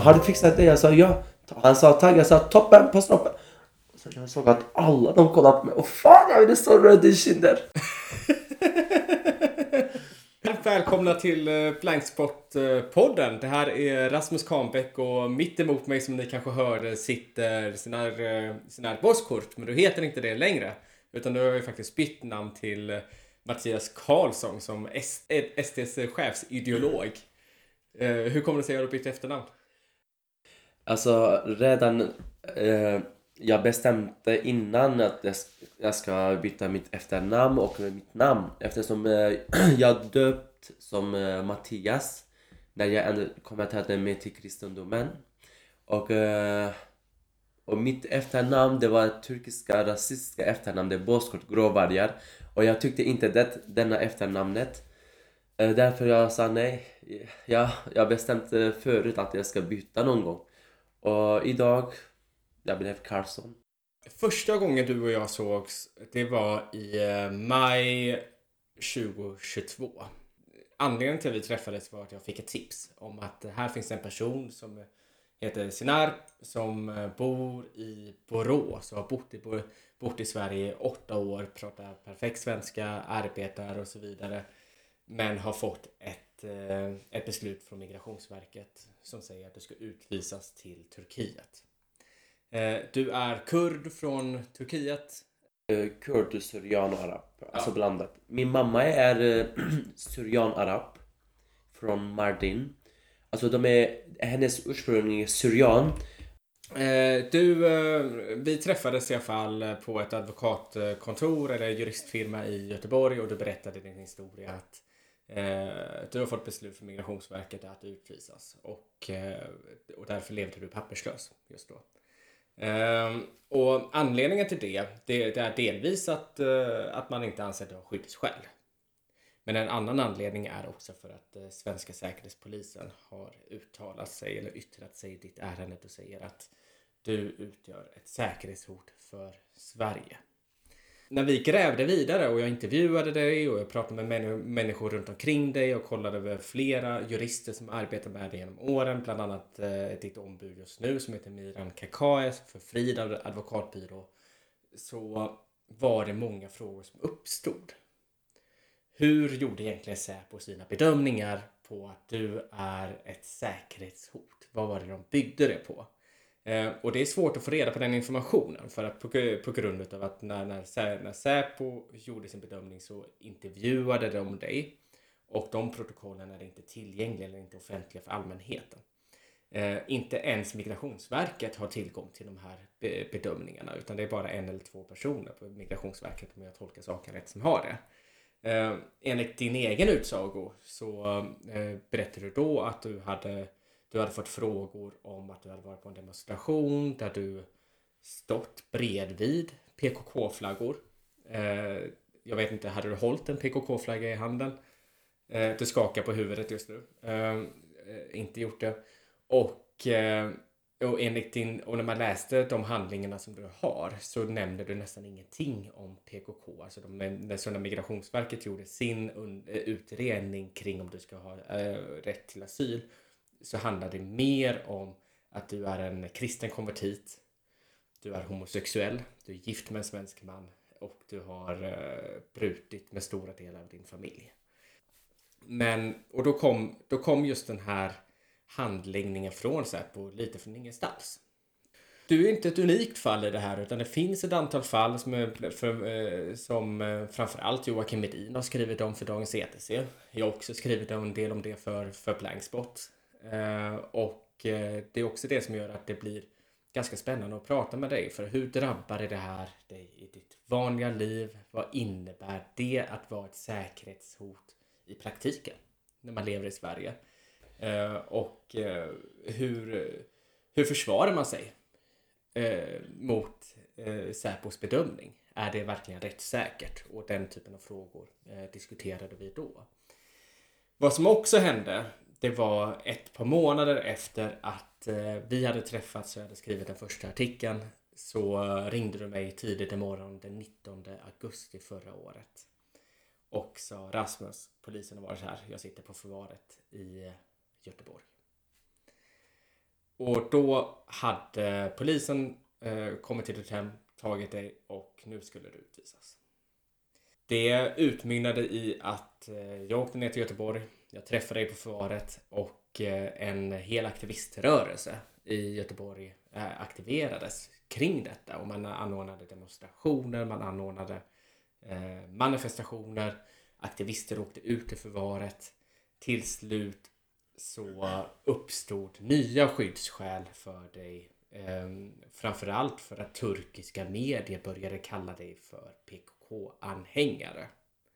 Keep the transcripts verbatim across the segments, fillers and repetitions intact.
har du fixat det? Jag sa ja. Han sa tack, jag sa toppen på snoppen. Så jag såg att alla de kollade på mig. Och fan, jag blev så röd i kinder. Välkomna till Blindspot-podden. Det här är Rasmus Kahnbäck och mitt emot mig, som ni kanske hörde, sitter Sinar Boskurt. Men du heter inte det längre. Utan du har ju faktiskt bytt namn till Mattias Karlsson som S D:s chefsideolog. Hur kommer det sig att du bytt efternamn? Alltså redan eh, jag bestämde innan att jag, jag ska byta mitt efternamn och mitt namn. Eftersom eh, jag döpt som eh, Mattias när jag konverterade mig till kristendomen. Och, eh, och mitt efternamn, det var turkiska rasistiska efternamn, det är Bozkurt, gråvargar. Och jag tyckte inte det, denna efternamnet. Eh, därför jag sa nej. Ja, jag bestämde förut att jag ska byta någon gång. Och idag, jag blev Karlsson. Första gången du och jag sågs, det var i maj tjugohundratjugotvå. Anledningen till att vi träffades var att jag fick ett tips om att här finns en person som heter Sinar som bor i Borås och har bott i, bott i Sverige i åtta år, pratar perfekt svenska, arbetar och så vidare. Men har fått ett, ett beslut från Migrationsverket som säger att du ska utvisas till Turkiet. Du är kurd från Turkiet. Kurd, syrian och arab. Alltså ja. Blandat. Min mamma är syrian arab från Mardin. Alltså de är, hennes ursprung är syrian. Du, vi träffades i alla fall på ett advokatkontor eller juristfirma i Göteborg och du berättade din historia att du har fått beslut från Migrationsverket att utvisas och, och därför levde du papperslös just då. Uh, och anledningen till det, det, det är delvis att, uh, att man inte anser att det har skyddsskäl. Men en annan anledning är också för att uh, svenska säkerhetspolisen har uttalat sig eller yttrat sig i ditt ärende och säger att du utgör ett säkerhetshot för Sverige. När vi grävde vidare och jag intervjuade dig och jag pratade med män- människor runt omkring dig och kollade över flera jurister som arbetar med dig genom åren, bland annat eh, ditt ombud just nu som heter Miran Kakaes för Frida advokatbyrå, så var det många frågor som uppstod. Hur gjorde egentligen Säpo sina bedömningar på att du är ett säkerhetshot? Vad var det de byggde det på? Eh, och det är svårt att få reda på den informationen för att på, på grund av att när, när, när Säpo gjorde sin bedömning så intervjuade de dig och de protokollen är inte tillgängliga eller inte offentliga för allmänheten. Eh, inte ens Migrationsverket har tillgång till de här be, bedömningarna utan det är bara en eller två personer på Migrationsverket, om jag tolkar saken rätt, som har det. Eh, enligt din egen utsago så eh, berättade du då att du hade Du hade fått frågor om att du hade varit på en demonstration där du stått bredvid P K K-flaggor. Eh, jag vet inte, hade du hållit en P K K-flagga i handen? Eh, du skakar på huvudet just nu. Eh, inte gjort det. Och, eh, och, enligt din, och när man läste de handlingarna som du har så nämnde du nästan ingenting om P K K. Alltså de, när, när Migrationsverket gjorde sin un, utredning kring om du ska ha eh, rätt till asyl, så handlar det mer om att du är en kristen konvertit, du är homosexuell, du är gift med en svensk man och du har uh, brutit med stora delar av din familj. Men, och då kom, då kom just den här handläggningen från Säpo lite från ingenstans. Du är inte ett unikt fall i det här utan det finns ett antal fall som, är, för, eh, som eh, framförallt Joakim Medin har skrivit om för Dagens E T C. Jag har också skrivit en del om det för, för Blindspot. Uh, och uh, det är också det som gör att det blir ganska spännande att prata med dig. För hur drabbar det här dig i ditt vanliga liv? Vad innebär det att vara ett säkerhetshot i praktiken när man lever i Sverige? Uh, och uh, hur, hur försvarar man sig uh, mot uh, Säpos bedömning? Är det verkligen rättssäkert? Och den typen av frågor uh, diskuterade vi då. Vad som också hände, det var ett par månader efter att eh, vi hade träffats och jag hade skrivit den första artikeln, så eh, ringde du mig tidigt i morgon den nittonde augusti förra året och sa: Rasmus, polisen har varit här, jag sitter på förvaret i Göteborg. Och då hade polisen eh, kommit till ditt hem, tagit dig och nu skulle du utvisas. Det utmynnade i att eh, jag åkte ner till Göteborg, jag träffade dig på förvaret och eh, en hel aktiviströrelse i Göteborg eh, aktiverades kring detta. Och man anordnade demonstrationer, man anordnade eh, manifestationer, aktivister åkte ut i förvaret. Till slut så uppstod nya skyddsskäl för dig. Eh, framförallt för att turkiska medier började kalla dig för P K K-anhängare.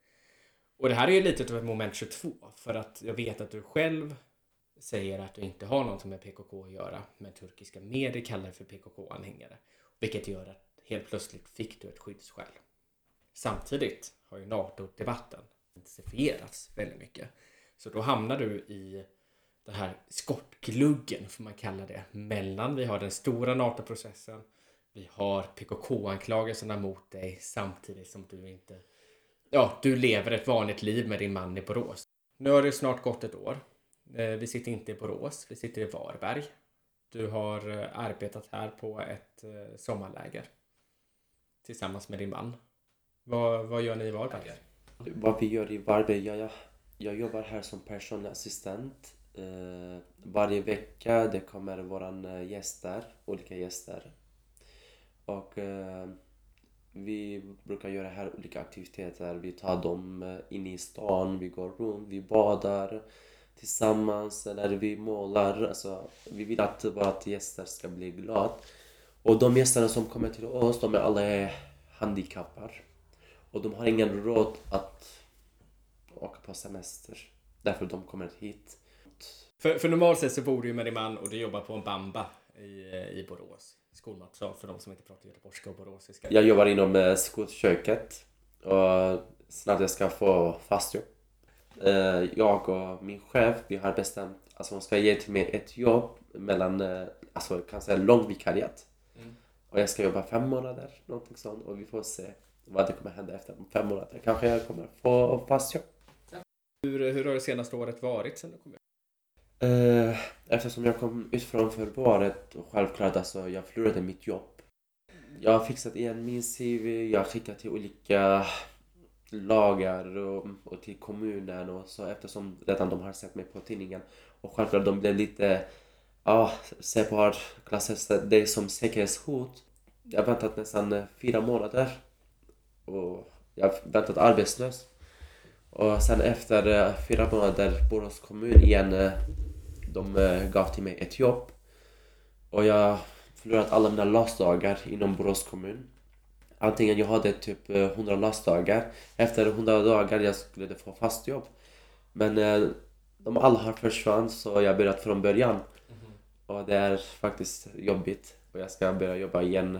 Och det här är ju lite av ett moment tjugotvå. För att jag vet att du själv säger att du inte har något med P K K att göra. Men turkiska medier kallar dig för P K K-anhängare. Vilket gör att helt plötsligt fick du ett skyddsskäl. Samtidigt har ju NATO-debatten intensifierats väldigt mycket. Så då hamnar du i den här skottgluggen, får man kalla det, mellan vi har den stora NATO-processen, vi har P K K-anklagelserna mot dig samtidigt som du inte, ja, du lever ett vanligt liv med din man i Borås. Nu har det snart gått ett år. Vi sitter inte i Borås, vi sitter i Varberg. Du har arbetat här på ett sommarläger tillsammans med din man. Vad, vad gör ni i Varberg? Vad vi gör i Varberg, jag, jag, jag jobbar här som personlig assistent. Uh, varje vecka det kommer våran gäster, olika gäster. Och uh, vi brukar göra här olika aktiviteter. Vi tar dem in i stan, vi går runt, vi badar tillsammans eller vi målar. Alltså, vi vill att våra gäster ska bli glada. Och de gästerna som kommer till oss, de är alla handikappade. Och de har ingen råd att åka på semester. Därför de kommer hit. För, för normalt sett så bor du med din man och du jobbar på en bamba i, i Borås. Skolmatsal för de som inte pratar göteborgska och boråsiska. Jag jobbar inom eh, skolköket. Och snart jag ska få fast jobb. Eh, jag och min chef, vi har bestämt. Alltså hon ska ge till mig ett jobb mellan, eh, alltså kan säga lång vikariat. Mm. Och jag ska jobba fem månader, någonting sånt. Och vi får se vad det kommer hända efter fem månader. Kanske jag kommer få fast jobb. Hur, hur har det senaste året varit sen du kom ut? Uh, eftersom jag kom ut från förvaret och självklart alltså jag förlorade mitt jobb. Jag har fixat igen min C V, jag har skickat till olika lagar och, och till kommunen och så eftersom redan de har sett mig på tidningen. Och självklart de blev lite, ja, Säpo har klassat det som säkerhetshot. Jag har väntat nästan fyra månader och jag har väntat arbetslös. Och sen efter fyra månader Borås kommun igen, de gav till mig ett jobb. Och jag förlorat alla mina lastdagar inom Borås kommun. Antingen jag hade typ hundra lastdagar. Efter hundra dagar jag skulle få fast jobb. Men de alla har försvunnit så jag börjat från början. Mm-hmm. Och det är faktiskt jobbigt. Och jag ska börja jobba igen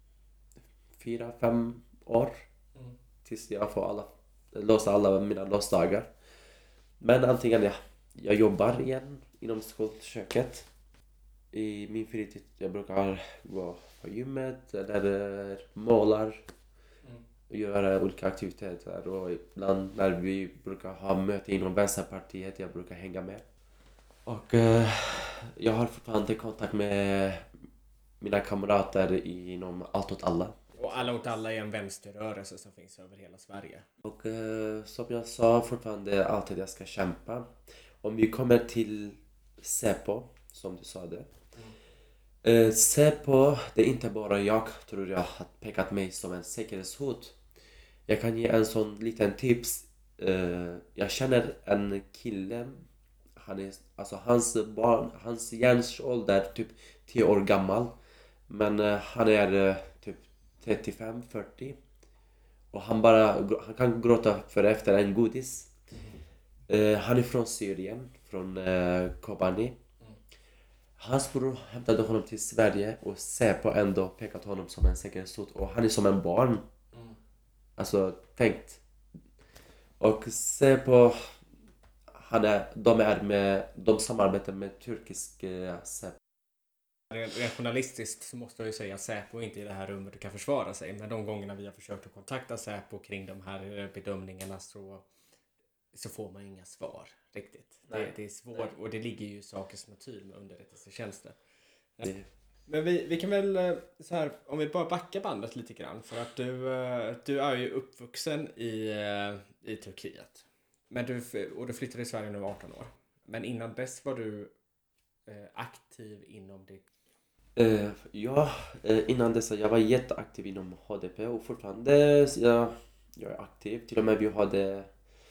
fyra, fem år. Mm. Tills jag får alla, låsa alla mina lastdagar. Men antingen jag, jag jobbar igen inom skolköket. I min fritid jag brukar gå på gymmet eller målar. Mm. Och göra olika aktiviteter. Och ibland när vi brukar ha möte inom Vänsterpartiet jag brukar hänga med. Och eh, jag har fortfarande kontakt med mina kamrater inom Allt åt alla. Och Alla åt alla är en vänsterrörelse som finns över hela Sverige. Och eh, som jag sa fortfarande alltid jag ska kämpa. Om vi kommer till Säpo, som du sa det. Mm. Eh, Säpo, det är inte bara jag tror jag har pekat mig som en säkerhetshot. Jag kan ge en sån liten tips. Eh, jag känner en kille. Han är, alltså hans barn, hans hjärnsålder typ tio år gammal. Men eh, han är eh, typ trettiofem fyrtio. Och han bara han kan gråta för efter en godis. Mm. Uh, han är från Syrien, från uh, Kobani. Mm. Hans bror hämtade honom till Sverige och Säpo ändå pekat honom som en säkerhetshot. Och han är som en barn. Mm. Alltså, tänkt. Och Säpo, han är, de är med, de samarbetar med turkisk uh, Säpo. Rent journalistiskt så måste jag ju säga att Säpo inte i det här rummet kan försvara sig. Men de gångerna vi har försökt att kontakta Säpo kring de här bedömningarna så, så får man ju inga svar riktigt. Det, det är svårt. Nej. Och det ligger ju i sakens natur med underrättelsetjänster. Det, Men vi, vi kan väl eh, så här, om vi bara backar bandet lite grann, för att du, eh, du är ju uppvuxen i, eh, i Turkiet. Men du, f- och du flyttade till Sverige när du var arton år. Men innan dess var du eh, aktiv inom det. eh, ja, eh, innan dess jag var jätteaktiv inom H D P och fortfarande så jag, jag är aktiv. Till och med vi hade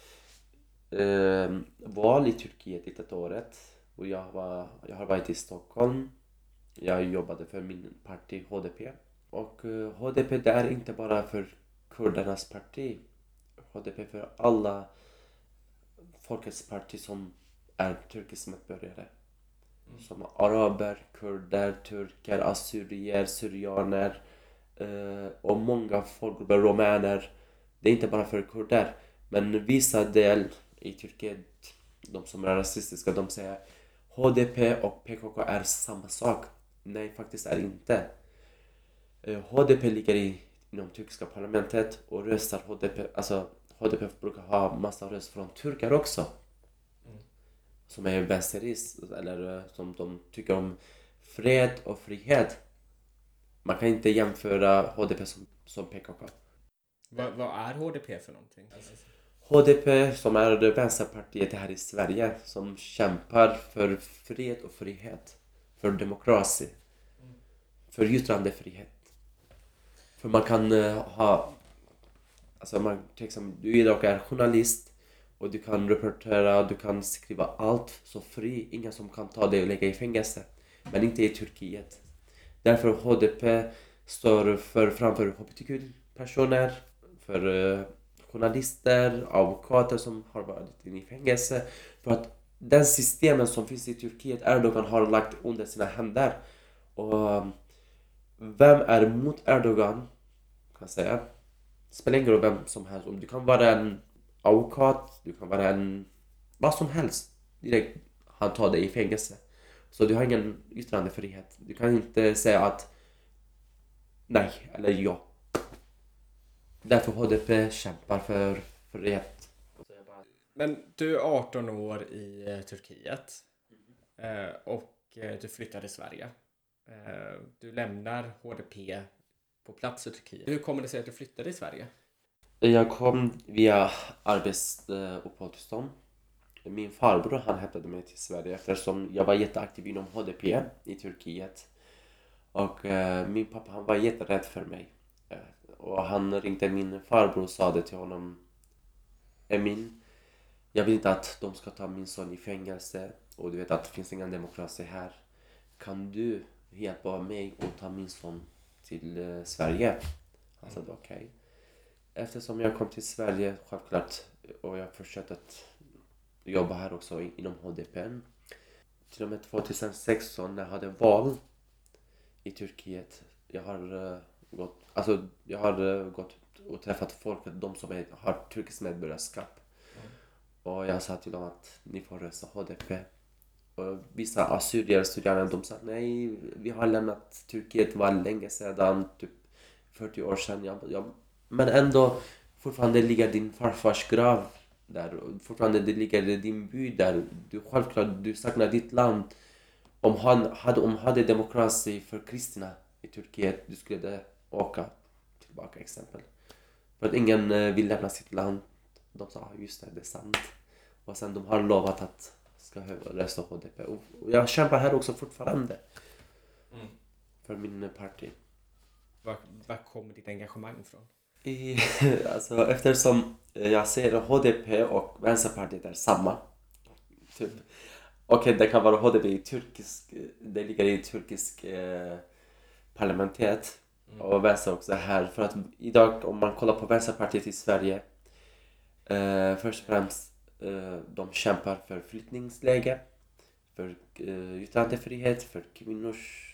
eh, val i Turkiet i detta året. Och jag, var, jag har varit i Stockholm. Jag jobbade för min parti H D P. Och eh, H D P det är inte bara för kurdernas parti. H D P för alla folkets parti som är turkisk medborgare. Som araber, kurder, turkar, assyrier, syrianer eh, och många folkgrupper, romäner. Det är inte bara för kurder. Men vissa del i Turkiet, de som är rasistiska, de säger H D P och P K K är samma sak. Nej, faktiskt är det inte. Eh, H D P ligger i, inom turkiska parlamentet och röstar H D P, alltså H D P brukar ha massa röst från turkar också. Som är vänsterist eller eh, som de tycker om fred och frihet. Man kan inte jämföra H D P som, som P K K. Vad, vad är H D P för någonting? Alltså, H D P som är det vänsterpartiet här i Sverige som kämpar för fred och frihet. För demokrati. För yttrandefrihet. För man kan uh, ha... Alltså man, till exempel, du idag är journalist. Och du kan rapportera, du kan skriva allt så fri. Ingen som kan ta dig och lägga i fängelse. Men inte i Turkiet. Därför H D P står för framför H B T Q-personer. För uh, journalister, advokater som har varit inne i fängelse. För att den systemen som finns i Turkiet, Erdogan har lagt under sina händer. Och um, vem är mot Erdogan? Kan jag säga. Spelar ingen roll vem som helst. Om du kan vara en advokat, du kan vara en vad som helst. Direkt han tar dig i fängelse. Så du har ingen yttrandefrihet. Du kan inte säga att nej eller ja. Därför H D P kämpar för frihet. men du är arton år i eh, Turkiet. Eh, och eh, du flyttar till Sverige. Eh, du lämnar H D P på plats i Turkiet. Hur kommer det sig att du flyttade till Sverige? Jag kom via arbetsuppehållstillstånd. Min farbror han hämtade mig till Sverige eftersom jag var jätteaktiv inom H D P i Turkiet. Och eh, min pappa han var jätterädd för mig. Eh, och han ringde min farbror och sa det till honom. Emin, jag vill inte att de ska ta min son i fängelse. Och du vet att det finns ingen demokrati här. Kan du hjälpa mig och ta min son till eh, Sverige? Han sa okej. Okay. Eftersom jag kom till Sverige självklart och jag fortsatte att jobba här också inom H D P. Till och med tjugohundrasexton när jag hade val i Turkiet. Jag har uh, gått, alltså jag har uh, gått och träffat folk, de som är, har turkisk medborgarskap. Mm. Och jag sa till dem att ni får rösta H D P. Och vissa assyrier, syrianer, de sa nej, vi har lämnat Turkiet var länge sedan, typ fyrtio år sedan. Jag, jag, men ändå fortfarande ligger din farfars grav där. Fortfarande det ligger din by där. Du, självklart, du saknar ditt land. Om han hade, om hade demokrati för kristna i Turkiet, du skulle åka tillbaka exempel. För att ingen eh, vill lämna sitt land. De sa, ah, just det, det är sant. Och sen de har lovat att ska rösta H D P. Och jag kämpar här också fortfarande. Mm. För min parti. Var, var kommer ditt engagemang ifrån? I, alltså eftersom jag ser H D P och Vänsterpartiet är samma. Typ. Okej, okay, det kan vara H D P i turkisk, det ligger i turkisk eh, parlamentet. Mm. Och Vänster också här. För att idag om man kollar på Vänsterpartiet i Sverige. Eh, först och främst eh, de kämpar för flyttningsläge. För eh, yttrandefrihet, för kvinnors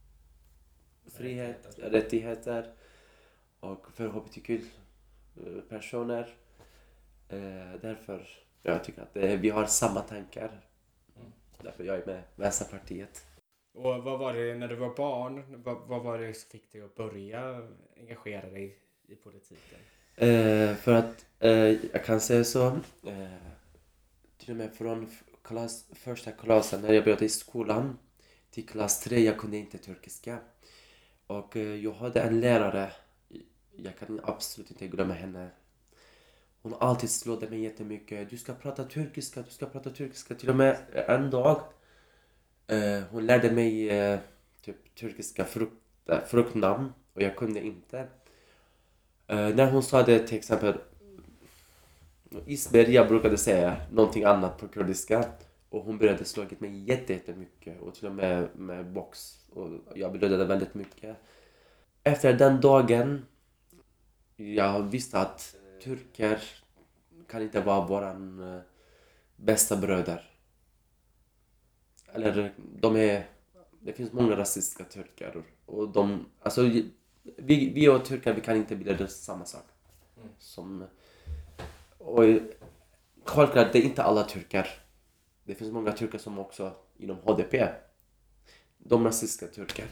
frihet, rättigheter. rättigheter. Och för H B T Q-personer. Eh, därför jag tycker att eh, vi har samma tankar. Mm. Därför jag är med Vänsterpartiet. Och vad var det när du var barn? Vad, vad var det som fick dig att börja engagera dig i politiken? Eh, för att eh, jag kan säga så. Eh, till och med från klass, första klassen när jag började i skolan till klass tre, jag kunde inte turkiska. Och eh, jag hade en lärare, jag kan absolut inte glömma henne. Hon alltid slådde mig jättemycket. Du ska prata turkiska, du ska prata turkiska. Till och med en dag, eh, hon lärde mig eh, typ turkiska frukt, äh, fruktnamn. Och jag kunde inte. Eh, när hon sa det till exempel, isberg, jag brukade säga någonting annat på kurdiska. Och hon började slagit mig jätte, jättemycket. Och till och med med box. Och jag blödde väldigt mycket. Efter den dagen, jag visste att turker kan inte vara våran uh, bästa bröder. Eller de är... Det finns många rasistiska turkar. Och de... Alltså, vi, vi och turkar, vi kan inte bli samma sak. Mm. Som... Och självklart, det är inte alla turkar. Det finns många turkar som också inom H D P. De rasistiska turkar.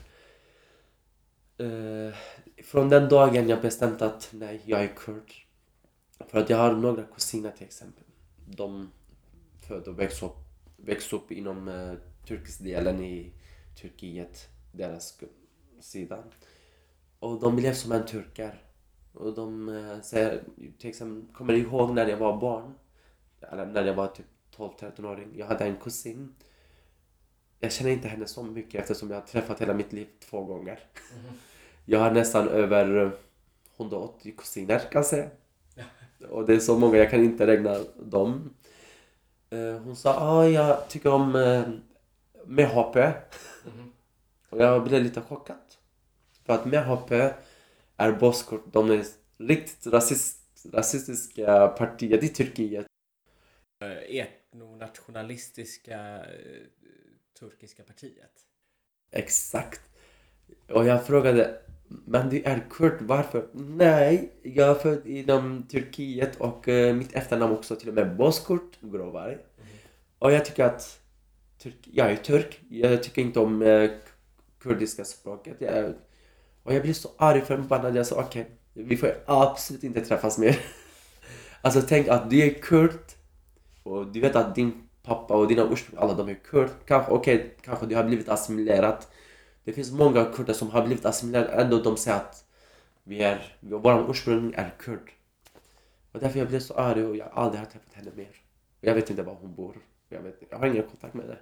Uh, från den dagen jag bestämt att nej, jag är kurd. För att jag har några kusiner till exempel. De födde och växte upp, växte upp inom uh, turkisk delen i Turkiet. Deras sida. Och de blev som en turkar. Och de uh, säger, till exempel, kommer ihåg när jag var barn. Eller när jag var typ tolv tretton-åring. Jag hade en kusin. Jag känner inte henne så mycket eftersom jag har träffat hela mitt liv två gånger. Mm. Jag har nästan över hundraåttio kusiner kan jag säga. Och det är så många, jag kan inte räkna dem. Hon sa, ah, jag tycker om uh, M H P. Mm. Och jag blev lite chockad. För att M H P är Bozkurt. De är riktigt rasist, rasistiska partier i Turkiet. Etnonationalistiska turkiska partiet. Exakt. Och jag frågade, men du är kurd, varför? Nej, jag är född inom Turkiet och uh, mitt efternamn också till och med Bozkurt, Grovari. Mm. Och jag tycker att turk, jag är turk, jag tycker inte om uh, kurdiska språket. Jag, och jag blev så arg för förbannad, jag sa okej, okay, vi får absolut inte träffas mer. Alltså tänk att du är kurd och du vet att din pappa och dina ursprung, alla de är kurd. Kanske, okej, okay, kanske du har blivit assimilerat. Det finns många kurder som har blivit assimilerade, ändå de säger att vi är, vår ursprung är kurd. Och därför jag blev så arg och jag aldrig har träffat henne mer. Jag vet inte var hon bor. Jag, vet, jag har ingen kontakt med henne.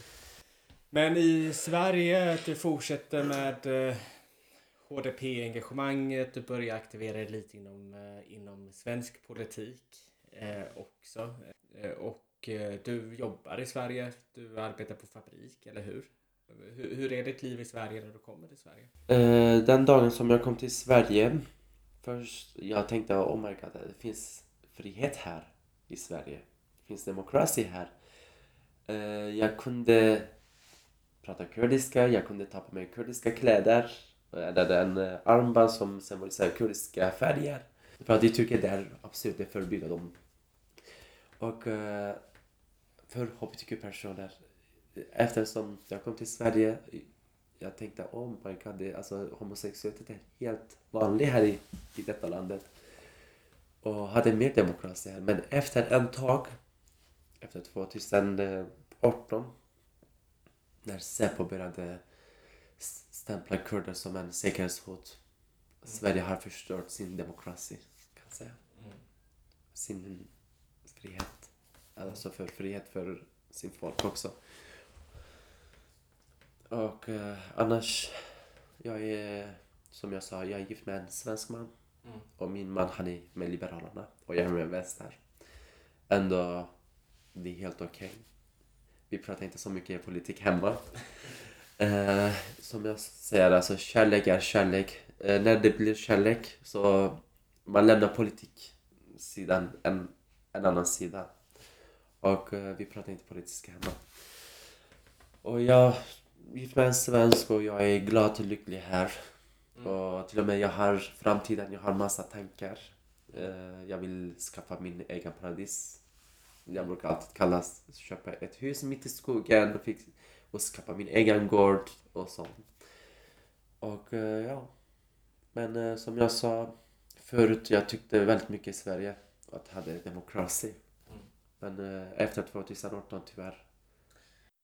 Men i Sverige, du fortsätter med eh, H D P-engagemanget. Du börjar aktivera dig lite inom, eh, inom svensk politik eh, också. Eh, och eh, du jobbar i Sverige. Du arbetar på fabrik, eller hur? Hur, hur är ditt liv i Sverige när du kommer till Sverige? Uh, den dagen som jag kom till Sverige, först jag tänkte, oh my god, det finns frihet här i Sverige. Det finns demokrati här. Uh, jag kunde prata kurdiska, jag kunde ta på mig kurdiska kläder. Eller en uh, armband som symboliserar kurdiska färger. För att i Turkiet det är absolut det förbjudet dem. Och uh, för H B T Q-personer, eftersom jag kom till Sverige, jag tänkte, oh my god, det, alltså, homosexualitet är helt vanlig här i, i detta landet. Och hade mer demokrati här. Men efter en tag, efter tjugoarton, när Säpo började stämpla kurder som en säkerhetshot, mm. Sverige har förstört sin demokrati, kan jag säga. Mm. Sin frihet. Alltså för frihet för sin folk också. Och eh, annars, jag är, som jag sa, jag är gift med en svensk man. Mm. Och min man, han är med Liberalerna. Och jag är med Vänster. Ändå, det är helt okej. Okay. Vi pratar inte så mycket politik hemma. eh, som jag säger, alltså kärlek är kärlek. Eh, när det blir kärlek så man lämnar politiksidan en, en annan sida. Och eh, vi pratar inte politik hemma. Och jag gift med en svensk och jag är glad och lycklig här. Mm. Och till och med jag har framtiden, jag har massa tankar. Uh, jag vill skaffa min egen paradis. Jag brukar alltid kallas köpa ett hus mitt i skogen och, fix, och skaffa min egen gård och så. Och uh, ja. Men uh, som jag sa förut, jag tyckte väldigt mycket i Sverige att hade demokrati. Mm. Men uh, efter tjugoarton tyvärr.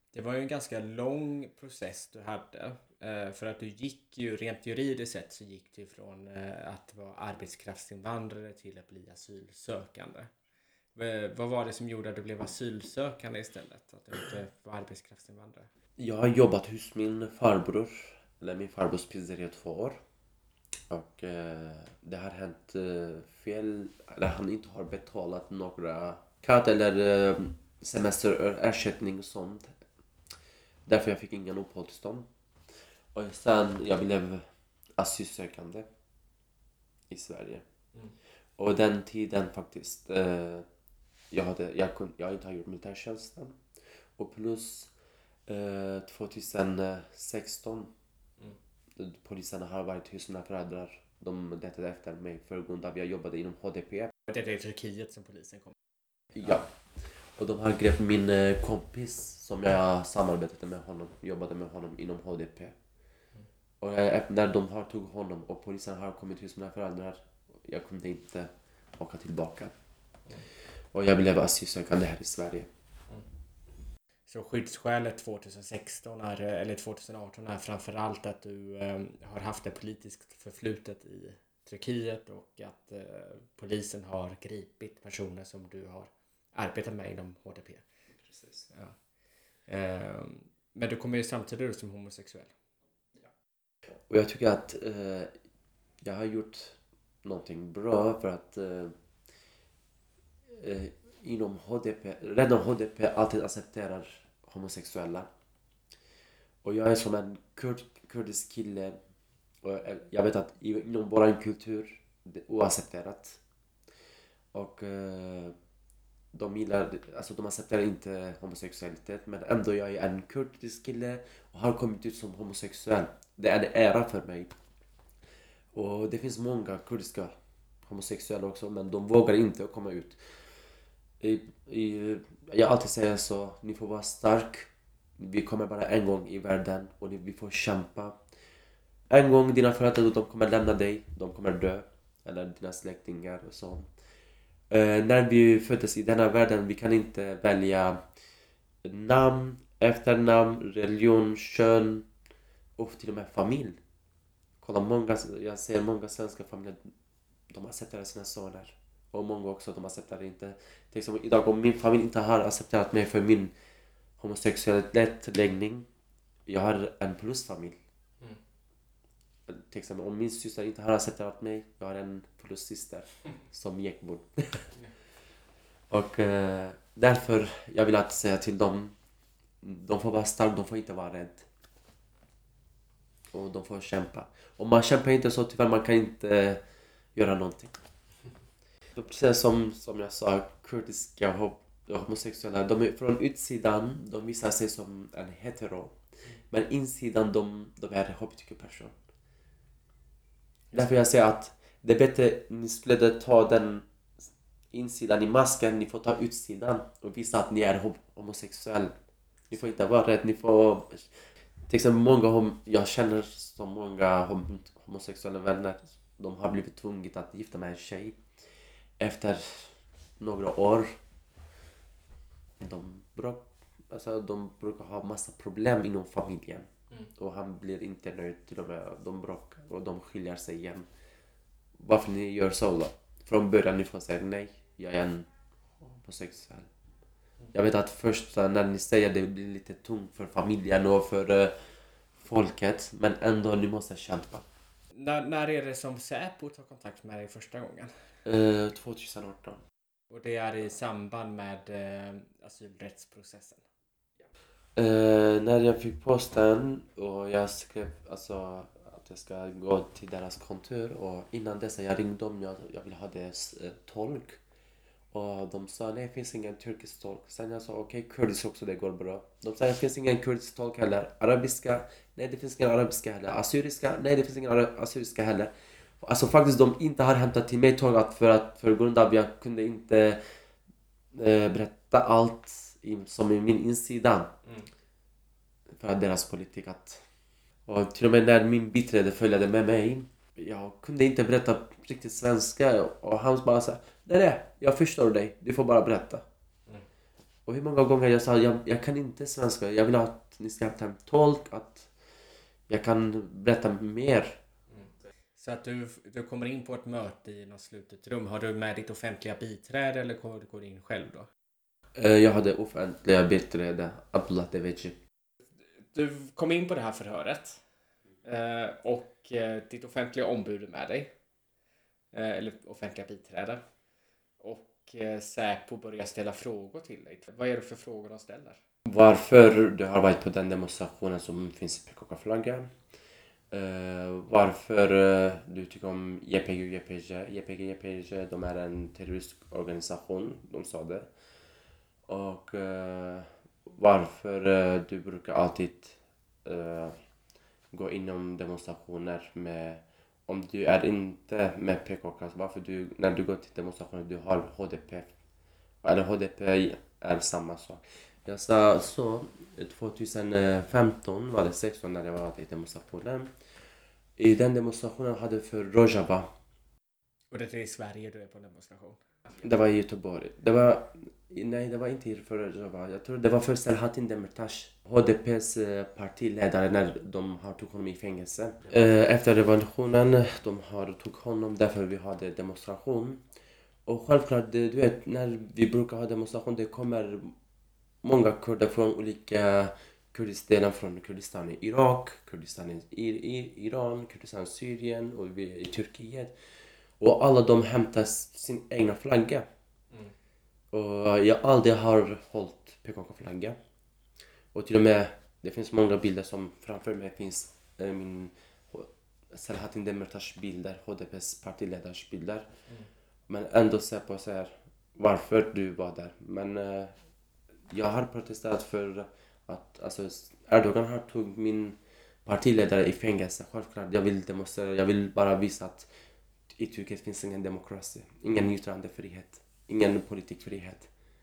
Det var ju en ganska lång process du hade. Eh, för att du gick ju, rent juridiskt sett så gick du från eh, att vara arbetskraftsinvandrare till att bli asylsökande. Eh, vad var det som gjorde att du blev asylsökande istället? Att du inte var arbetskraftsinvandrare? Jag har jobbat hos min farbror, eller min farbrors pizzeria i två år. Och eh, det har hänt eh, fel, eller han inte har betalat några kat eller eh, semesterersättning och sånt. Därför jag fick ingen uppehållstillstånd. Och sen jag blev asylsökande i Sverige. Mm. Och den tiden faktiskt, eh, jag, hade, jag, kunde, jag inte har gjort militärtjänsten. Och plus eh, tjugohundrasexton, mm. poliserna har varit hos mina föräldrar. De letade efter mig för grund av att jag jobbade inom H D P. Det är i Turkiet som polisen kom. Ja. Och de har greppt min eh, kompis som jag samarbetade med honom, jobbade med honom inom H D P. Mm. Och eh, när de har tog honom och polisen har kommit hos mina föräldrar, jag kunde inte åka tillbaka. Mm. Och jag blev asylsökande här i Sverige. Mm. Så skyddsskälet tjugohundrasexton är, eller tjugoarton är framförallt att du eh, har haft ett politiskt förflutet i Turkiet och att eh, polisen har gripit personer som du har arbetat med inom H D P. Precis. Ja. Eh, men du kommer ju samtidigt ut som homosexuell. Ja. Och jag tycker att eh, jag har gjort någonting bra för att eh, eh, inom H D P, redan H D P alltid accepterar homosexuella. Och jag är som en kurd, kurdisk kille och jag vet att inom vår kultur det är oaccepterat. Och eh, de gillar, alltså de accepterar inte homosexualitet, men ändå jag är en kurdisk kille och har kommit ut som homosexuell. Det är en ära för mig. Och det finns många kurdiska homosexuella också, men de vågar inte komma ut. I, i, jag alltid säger så, ni får vara stark. Vi kommer bara en gång i världen och vi får kämpa. En gång dina föräldrar, de kommer lämna dig, de kommer dö. Eller dina släktingar och så. Uh, när vi föddes i denna världen, vi kan inte välja namn, efternamn, religion, kön och till och med familj. Kolla, många, jag ser många svenska familjer, de accepterar sina söner. Och många också, de accepterar inte. Till exempel idag, om min familj inte har accepterat mig för min homosexualitet läggning, jag har en plusfamilj. Mm. Till exempel om min syster inte har accepterat mig, jag har en plussyster mm. som Ekbor. Och eh, därför jag vill att säga till dem, de får vara starka, de får inte vara rädda. Och de får kämpa. Om man kämpar inte så tyvärr, man kan inte eh, göra någonting. Så precis som, som jag sa, kurdiska homosexuella, de är från utsidan, de visar sig som en hetero. Men insidan, de, de är hbtq-person. Därför jag säger att det är bättre, ni skulle ta den insidan i masken, ni får ta utsidan och visa att ni är homosexuell. Ni får inte vara rädd, ni får... Till exempel många, jag känner som många homosexuella vänner, de har blivit tvungna att gifta med en tjej. Efter några år, de, bråk, alltså, de brukar ha massa problem inom familjen. Mm. Och han blir inte nöjd, till och med de bråkar och de skiljer sig igen. Varför ni gör så då? Från början ni får säga nej, jag är en homosexuell. Mm. Jag vet att först när ni säger det blir lite tungt för familjen och för uh, folket, men ändå ni måste kämpa. När, när är det som Säpo tar kontakt med dig första gången? Uh, tjugoarton. Och det är i samband med uh, asylrättsprocessen? Uh, när jag fick posten och jag skrev alltså, att jag ska gå till deras kontor, och innan dess jag ringde dem, jag, jag vill ha deras uh, tolk. Och de sa nej, det finns ingen turkisk tolk. Sen jag sa okej, okay, kurdisk också, det går bra. De sa det finns ingen kurdisk tolk heller. Arabiska, nej det finns ingen arabiska heller. Assyriska, nej det finns ingen assyriska heller. Alltså faktiskt de inte har hämtat till mig tolk för att för grund av jag kunde inte eh, berätta allt i, som i min insida. Mm. För att deras politik att... Och till och med när min biträde följde med mig, jag kunde inte berätta riktigt svenska och han bara sa nej nej, jag förstår dig, du får bara berätta. Mm. Och hur många gånger jag sa jag, jag kan inte svenska. Jag vill att ni ska ta en tolk. Att jag kan berätta mer. Så att du, du kommer in på ett möte i något slutet rum. Har du med ditt offentliga biträde eller kommer du gå in själv då? Eh, Jag hade offentliga biträde. Abdullah Deveci. Du kom in på det här förhöret. eh, Och eh, ditt offentliga ombud är med dig. Eh, Eller offentliga biträde. Och eh, Säpo börjar ställa frågor till dig. Vad är det för frågor de ställer? Varför du har varit på den demonstrationen som finns i P K K-flaggan. Uh, varför uh, du tycker om J P G J P G. J P G J P G, de är en terroristorganisation, de sa det. Och uh, varför uh, du brukar alltid uh, gå inom demonstrationer med, om du är inte med P K K, varför du, när du går till demonstrationer du har H D P. Eller H D P är samma sak. Jag sa så, tjugohundrafemton var det sexton när jag var i demonstrationen. I den demonstrationen hade för Rojava. Och det är i Sverige du är på demonstration? Det var i Göteborg. Det var, nej det var inte för Rojava. Jag tror det var för Selahattin Demirtas. H D P:s partiledare när de har tog honom i fängelse. Efter revolutionen, de har tog honom därför vi hade demonstration. Och självklart, du vet, när vi brukar ha demonstration, det kommer många kurder från olika Kurdistan, från Kurdistan i Irak, Kurdistan i, i Iran, Kurdistan i Syrien och vi i Turkiet. Och alla de hämtar sin egna flagga. Mm. Och jag aldrig har hållit P K K-flagga. Och till och med, det finns många bilder som framför mig finns äh, min Selahattin Demirtas bilder, H D P:s partiledars bilder. Mm. Men ändå ser på så här, varför du var där. Men äh, jag har protesterat för att alltså, Erdogan har tagit min partiledare i fängelse. Självklart, jag vill demonstrera. Jag vill bara visa att i Turkiet finns ingen demokrati. Ingen yttrandefrihet. Ingen politikfrihet.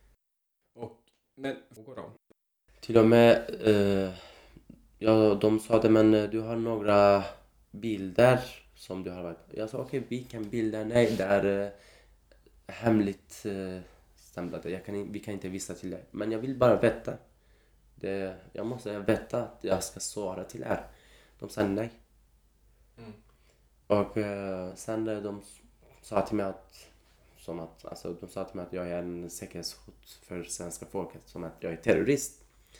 Och, men, vad går de? Till och med, eh, ja, de sa det, men du har några bilder som du har varit. Jag sa, okej, okay, vilken bilder? Nej, det är eh, hemligt eh, stämplade. Jag kan, vi kan inte visa till dig. Men jag vill bara veta. Det, jag måste veta att jag ska svara till er. De sa nej. Mm. Och eh, sen de sa till mig att, som att, alltså, de sa till mig att jag är en säkerhetshot för svenska folket. Som att jag är terrorist.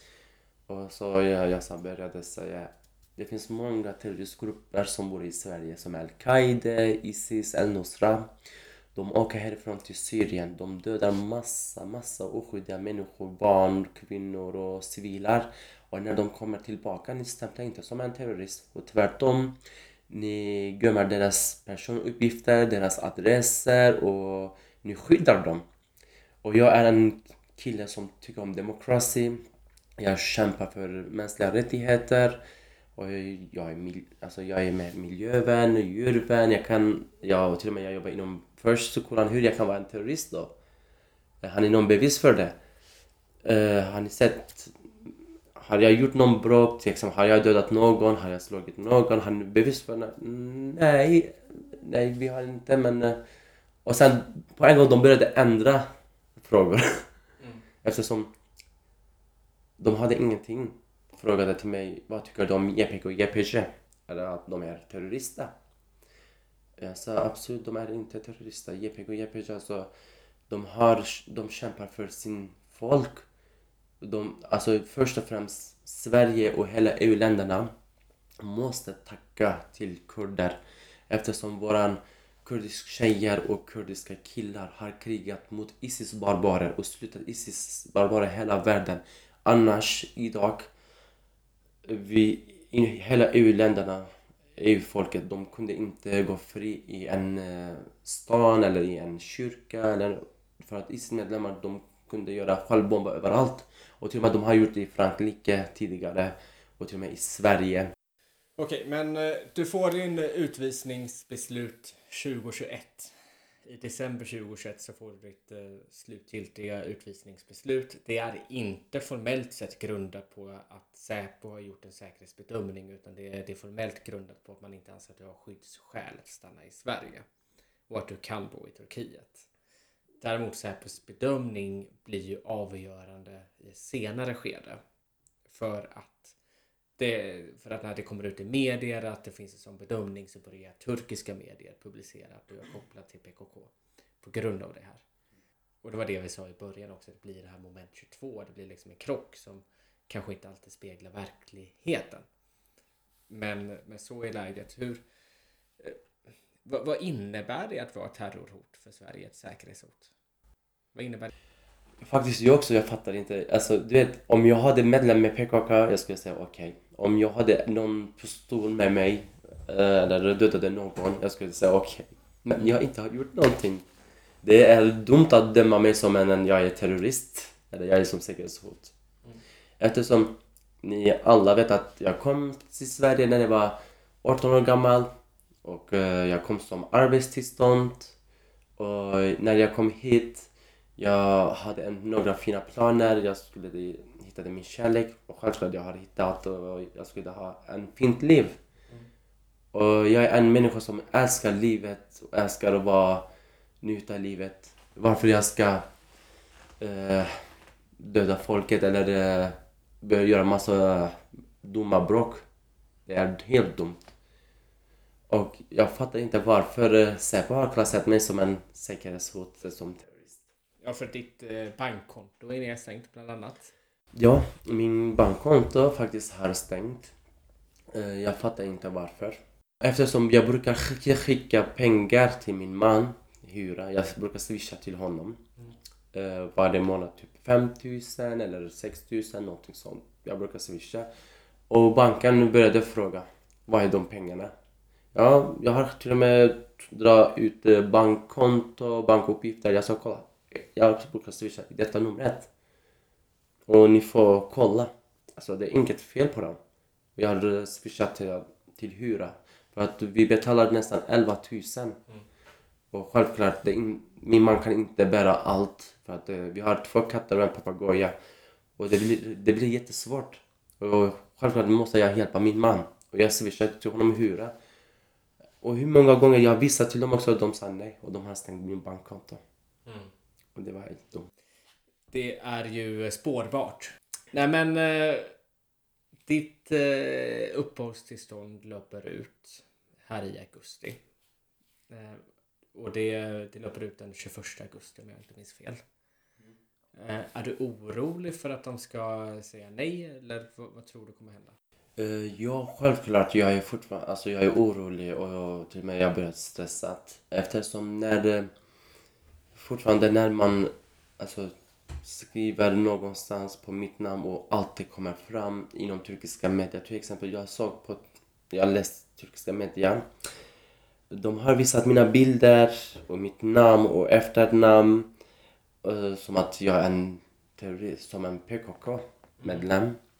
Och så jag, jag så började säga, det finns många terroristgrupper som bor i Sverige. Som Al-Qaida, Isis, Al-Nusra. De åker härifrån till Syrien. De dödar massa, massa oskyldiga människor, barn, kvinnor och civilar. Och när de kommer tillbaka, ni stämplar inte som en terrorist. Och tvärtom, ni gömmer deras personuppgifter, deras adresser och ni skyddar dem. Och jag är en kille som tycker om demokrati. Jag kämpar för mänskliga rättigheter. Och jag är, alltså jag är med miljövän, djurvän. Jag kan, jag, till och med jag jobbar inom förskolan. Hur jag kan vara en terrorist då? Har ni någon bevis för det? Uh, har ni sett, har jag gjort någon brott? Liksom, har jag dödat någon? Har jag slagit någon? Har ni bevis för det? Nej, nej vi har inte, men uh, och sen på en gång de började ändra frågor. Mm. Eftersom de hade ingenting. Frågade till mig, vad tycker du om J P G och J P G? Eller att de är terrorister? Jag sa absolut, de är inte terrorister. J P G och J P G, alltså, de, har, de kämpar för sin folk. De, alltså först och främst, Sverige och hela E U-länderna måste tacka till kurder. Eftersom våran kurdiska tjejer och kurdiska killar har krigat mot Isis barbarer och slutat Isis barbarer hela världen. Annars idag, vi, i hela E U-länderna, E U-folket, de kunde inte gå fri i en uh, stan eller i en kyrka. Eller, för att Isis-medlemmar, de kunde göra självbomber överallt. Och till och med de har gjort det i Frankrike tidigare och till och med i Sverige. Okej, men uh, du får din utvisningsbeslut tjugohundratjugoett. I december tjugohundratjugoett så får du ditt uh, slutgiltiga utvisningsbeslut. Det är inte formellt sett grundat på att Säpo har gjort en säkerhetsbedömning, utan det är, det är formellt grundat på att man inte anser att du har skyddsskäl att stanna i Sverige och att du kan bo i Turkiet. Däremot Säpos bedömning blir ju avgörande i ett senare skede. För att, det, för att när det kommer ut i medier att det finns en sån bedömning så börjar turkiska medier publicera att du är kopplad till P K K på grund av det här. Och det var det vi sa i början också, det blir det här moment tjugotvå, det blir liksom en krock som kanske inte alltid speglar verkligheten. Men, men så är läget. Hur, eh, vad, vad innebär det att vara terrorhot för Sverige, ett säkerhetshot? Vad innebär det? Faktiskt jag också, jag fattar inte. Alltså du vet, om jag hade medlem med P K K, jag skulle säga okej. Okay. Om jag hade någon pistol med mig eller dödade någon, jag skulle säga okej. Okay. Men jag inte har gjort någonting. Det är dumt att döma mig som en jag är terrorist eller jag är som säkerhetshot. Mm. Eftersom ni alla vet att jag kom till Sverige när jag var arton år gammal och jag kom som arbetstillstånd och när jag kom hit jag hade en, några fina planer. Jag skulle hitta min kärlek och självklart jag har hittat och jag skulle ha en fint liv. Mm. Och jag är en människa som älskar livet och älskar att vara njuta livet. Varför jag ska eh, döda folket eller eh, börja göra massa dumma bråk. Det är helt dumt. Och jag fattar inte varför eh, Säpo har klassat mig som en säkerhetshot som terrorist. Ja, för ditt eh, bankkonto är nedstängt bland annat. Ja, min bankkonto faktiskt har stängt. Eh, jag fattar inte varför. Eftersom jag brukar skicka, skicka pengar till min man hyra. Jag brukar swisha till honom. Mm. Uh, varje månad typ fem tusen eller sex tusen någonting sånt. Jag brukar swisha. Och banken började fråga, vad är de pengarna? Ja, jag har till och med dra ut bankkonto, bankuppgifter. Jag sa kolla, jag brukar swisha i detta numret. Och ni får kolla. Alltså det är inget fel på dem. Jag har swishat till, till hyra. För att vi betalar nästan elva tusen. Mm. Och självklart, det in, min man kan inte bära allt. För att eh, vi har två katter och en papegoja. Och det blir, det blir jättesvårt. Och självklart måste jag hjälpa min man. Och jag swishar till honom hyra. Och hur många gånger jag visade till dem också att de sa nej. Och de har stängt min bankkonto. Mm. Och det var helt dumt. Det är ju spårbart. Nej men, eh, ditt eh, uppehållstillstånd löper ut här i augusti. Eh, Och det, det löper ut den tjugoförsta augusti om jag inte minns fel. Mm. Är du orolig för att de ska säga nej eller vad, vad tror du kommer hända? Uh, ja, självklart. Jag är fortfarande alltså jag är orolig och till och med jag börjar stressat. Eftersom när fortfarande när man alltså, skriver någonstans på mitt namn och allt det kommer fram inom turkiska media. Till exempel jag såg på, jag läste turkiska media. De har visat mina bilder och mitt namn och efternamn uh, som att jag är en terrorist, som en P K K-medlem.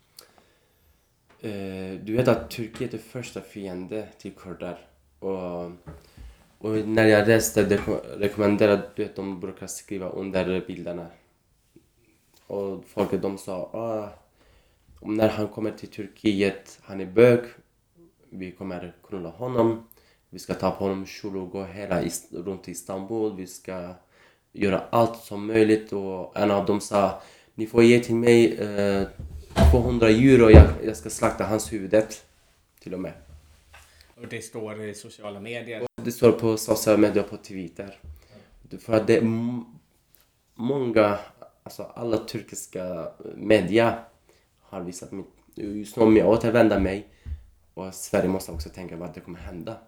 Uh, du vet att Turkiet är första fiende till kurder. Och, och när jag läste det rekommenderade du att de brukar skriva under bilderna. Och folk de sa ah, när han kommer till Turkiet, han är bög, vi kommer knulla honom. Vi ska ta på honom kjol och gå hela runt Istanbul. Vi ska göra allt som möjligt. Och en av dem sa, ni får ge till mig eh, tvåhundra euro. Jag, jag ska slakta hans huvudet. Till och med. Och det står i sociala medier? Och det står på sociala medier på Twitter. Mm. För att det är m- många, alltså alla turkiska media har visat mig. Just om jag återvänder mig. Och Sverige måste också tänka vad det kommer hända.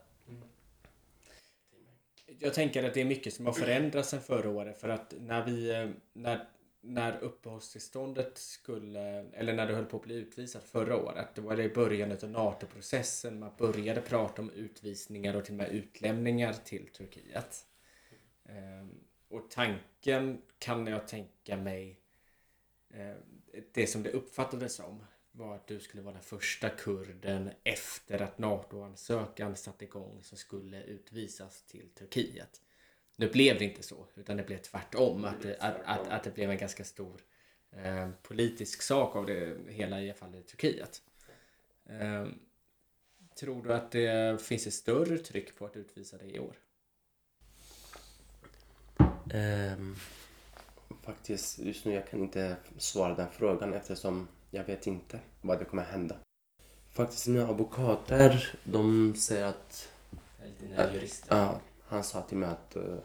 Jag tänker att det är mycket som har förändrats sedan förra året. För att när vi, när, när uppehållstillståndet skulle, eller när du höll på att bli utvisad förra året. Det var det i början av NATO-processen. Man började prata om utvisningar och till och med utlämningar till Turkiet. Ehm, och tanken kan jag tänka mig, eh, det som det uppfattades som var att du skulle vara den första kurden efter att NATO-ansökan satt igång som skulle utvisas till Turkiet. Nu blev det inte så, utan det blev tvärtom. Att det, att, att, att det blev en ganska stor eh, politisk sak av det hela, i alla fall i Turkiet. Eh, tror du att det finns ett större tryck på att utvisa dig i år? Ehm, faktiskt, just nu jag kan inte svara den frågan eftersom jag vet inte vad det kommer hända. Faktiskt mina advokater, de säger att... Dina jurister. Ja, han sa till mig att... Uh,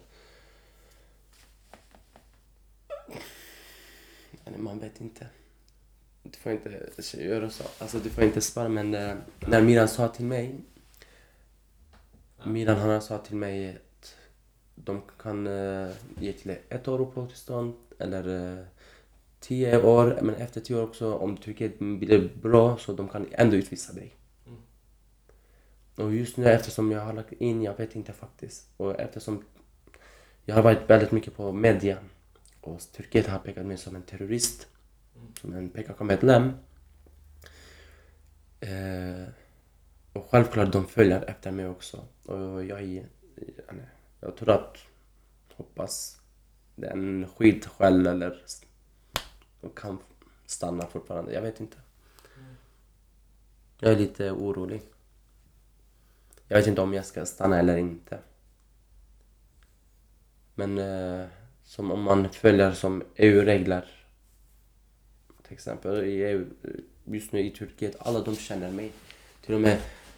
man vet inte. Du får inte göra så. Alltså du får inte svara, men uh, när Miran sa till mig... Miran han sa till mig att de kan uh, ge till ett år uppehållstillstånd eller uh, tio år, men efter tio år också, om Turkiet blir bra så de kan ändå utvisa dig. Mm. Och just nu eftersom jag har lagt in, jag vet inte faktiskt. Och eftersom jag har varit väldigt mycket på media och Turkiet har pekat mig som en terrorist, mm. som en P K K-medlem. Eh, och självklart de följer efter mig också. Och jag är, jag tror att, hoppas det är en skyddsskäl eller och kan stanna fortfarande. Jag vet inte. Mm. Jag är lite orolig. Jag vet inte om jag ska stanna eller inte. Men eh, som om man följer som E U-regler. Till exempel i E U, just nu i Turkiet, alla de känner mig. Till och med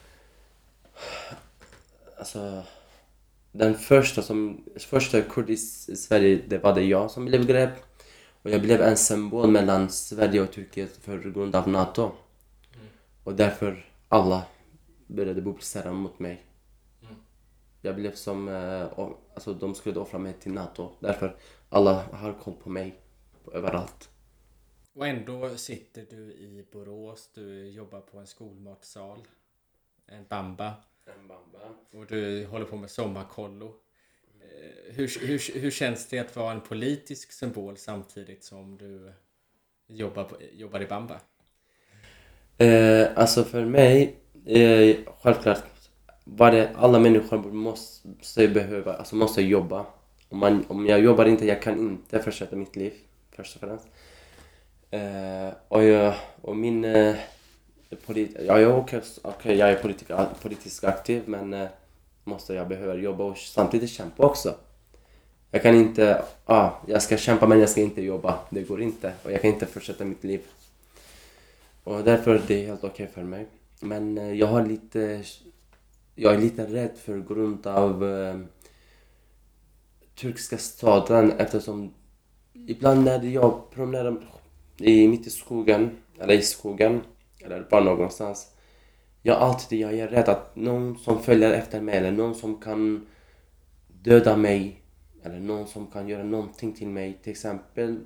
alltså den första som första kurdis i Sverige, det var det jag som blev grepp. Och jag blev en symbol mellan Sverige och Turkiet för grund av NATO. Mm. Och därför alla började publicera mot mig. Mm. Jag blev som... Eh, alltså de skulle offra mig till NATO. Därför alla har koll på mig på överallt. Och ändå sitter du i Borås. Du jobbar på en skolmatsal. En bamba. En bamba. Och du håller på med sommarkollo. Hur, hur, hur känns det att vara en politisk symbol samtidigt som du jobbar, på, jobbar i bamba? Eh, alltså för mig, eh, självklart, var det, alla människor måste behöva, alltså måste jobba. Om, man, om jag jobbar inte, jag kan inte fortsätta mitt liv, först och främst. Eh, och, jag, och min... Eh, polit, ja, jag, okay, okay, jag är politik, politiskt aktiv, men... Eh, måste jag behöva jobba och samtidigt kämpa också. Jag kan inte, ja, ah, jag ska kämpa men jag ska inte jobba. Det går inte. Och jag kan inte fortsätta mitt liv. Och därför är det helt okej för mig. Men eh, jag har lite, jag är lite rädd för grund av eh, turkiska staten eftersom ibland när jag promenerar i mitt i skogen, eller i skogen, eller bara någonstans. Jag alltid jag är rädd att någon som följer efter mig eller någon som kan döda mig eller någon som kan göra någonting till mig. Till exempel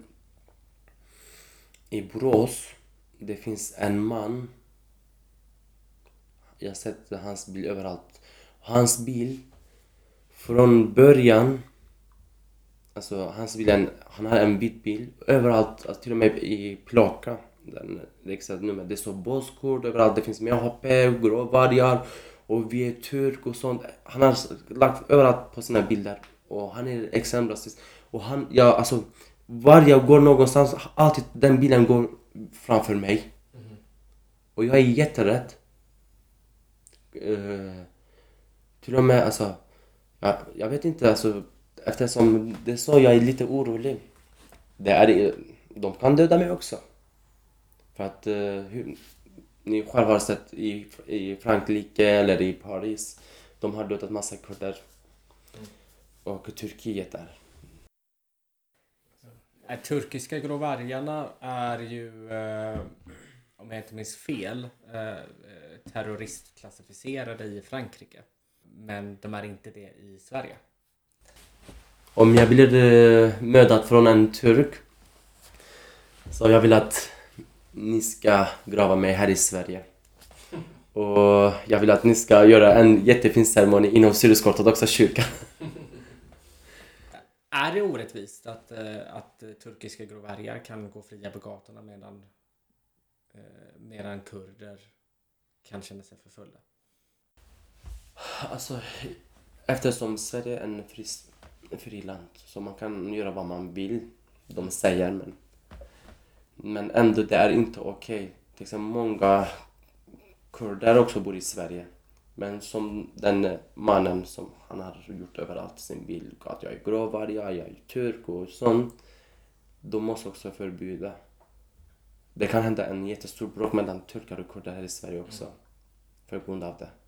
i Borås, det finns en man. Jag har sett hans bil överallt. Hans bil från början, alltså hans bil, en, han har en vit bil överallt, alltså till och med i Plaka. Den exakt nummer. Det är så båskort överallt. Det finns med hoppe, gråvargar och vi är turk och sånt. Han har lagt överallt på sina bilder. Och han är extremt rasist. Och han, ja alltså, var jag går någonstans, alltid den bilen går framför mig. Mm. Och jag är jätterädd. Uh, till och med, alltså, jag, jag vet inte, alltså, eftersom det är så jag är lite orolig. Det är, de kan döda mig också. För att uh, hur, ni själva har sett i, i Frankrike eller i Paris, de har dödat massa kurder. Mm. Och Turkiet där. Är turkiska gråvargarna är ju, eh, om jag inte minns fel, eh, terroristklassificerade i Frankrike. Men de är inte det i Sverige. Om jag blir eh, mördad från en turk, så jag vill att ni ska grava mig här i Sverige. Och jag vill att ni ska göra en jättefin ceremoni inom syrisk-ortodoxa kyrkan. Är det orättvist att, att turkiska gråvargar kan gå fria på gatorna medan, medan kurder kan känna sig förföljda? Alltså, eftersom Sverige är en fri, fri land så man kan göra vad man vill, de säger, men men ändå det är inte okej. Till exempel många kurder också bor i Sverige. Men som den eh, mannen som han har gjort överallt i sin bild, att jag är gråvarg, jag är turk och sånt. De måste också förbjuda. Det kan hända en jättestor bråk mellan turkar och kurder här i Sverige också. Mm. För grund av det.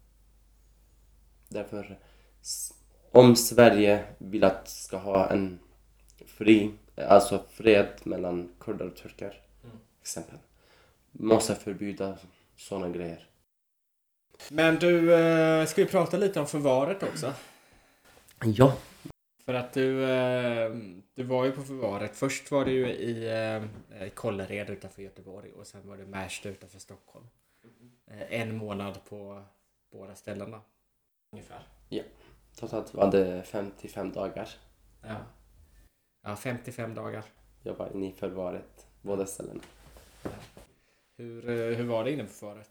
Därför, om Sverige vill att ska ha en fri, alltså fred mellan kurder och turkar, mm. exempel, måste förbjuda sådana grejer. Men du, ska vi prata lite om förvaret också? Ja. För att du, du var ju på förvaret. Först var du ju i, i Kållered utanför Göteborg och sen var du Märsta utanför Stockholm. Mm. En månad på båda ställena. Ungefär. Ja, totalt var det femtiofem dagar. Ja, ja femtiofem dagar. Jag var inne i förvaret, båda ställena. Ja. Hur, hur var det inne på förvaret?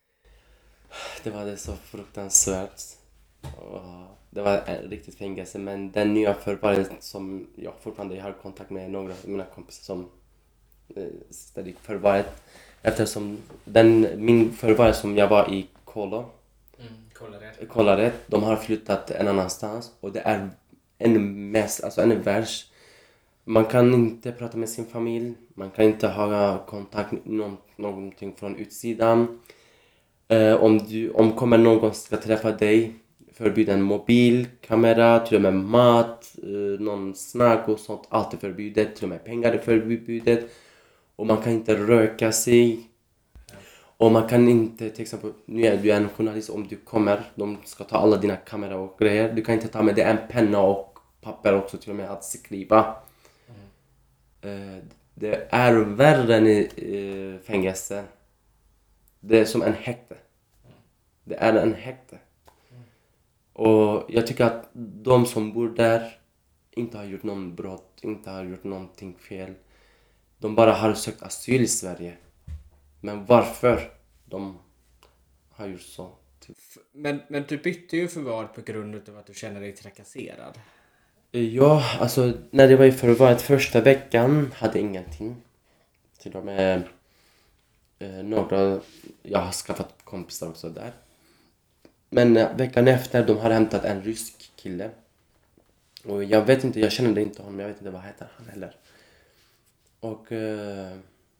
Det var det så fruktansvärt. Och det var ett riktigt fängelse, men den nya förvaret som jag fortfarande har kontakt med några av mina kompisar som eh, sitter i förvaret. Eftersom den, min förvaret som jag var i Kolo, mm, Kållered. Kållered, de har flyttat en annanstans och det är ännu mest, alltså ännu värst. Man kan inte prata med sin familj, man kan inte ha kontakt med någon, någonting från utsidan. Eh, om, du, om kommer någon ska träffa dig, förbjud en mobil, kamera, till och med mat, eh, någon snack och sånt, allt är förbjudet, till och med pengar är förbjudet. Och man kan inte röka sig. Och man kan inte, till exempel, nu är du en journalist, om du kommer, de ska ta alla dina kameror och grejer. Du kan inte ta med dig en penna och papper också, till och med att skriva. Mm. Eh, det är värre än i eh, fängelse. Det är som en häkte. Det är en häkte. Mm. Och jag tycker att de som bor där inte har gjort någon brott, inte har gjort någonting fel. De bara har sökt asyl i Sverige. Men varför de har gjort så? Men, men du bytte ju förvar på grund av att du känner dig trakasserad. Ja, alltså när det var i förvaret första veckan hade ingenting. Till och med eh, några, jag har skaffat kompisar också där. Men eh, veckan efter, de har hämtat en rysk kille. Och jag vet inte, jag känner inte honom, jag vet inte vad heter han heller. Och eh,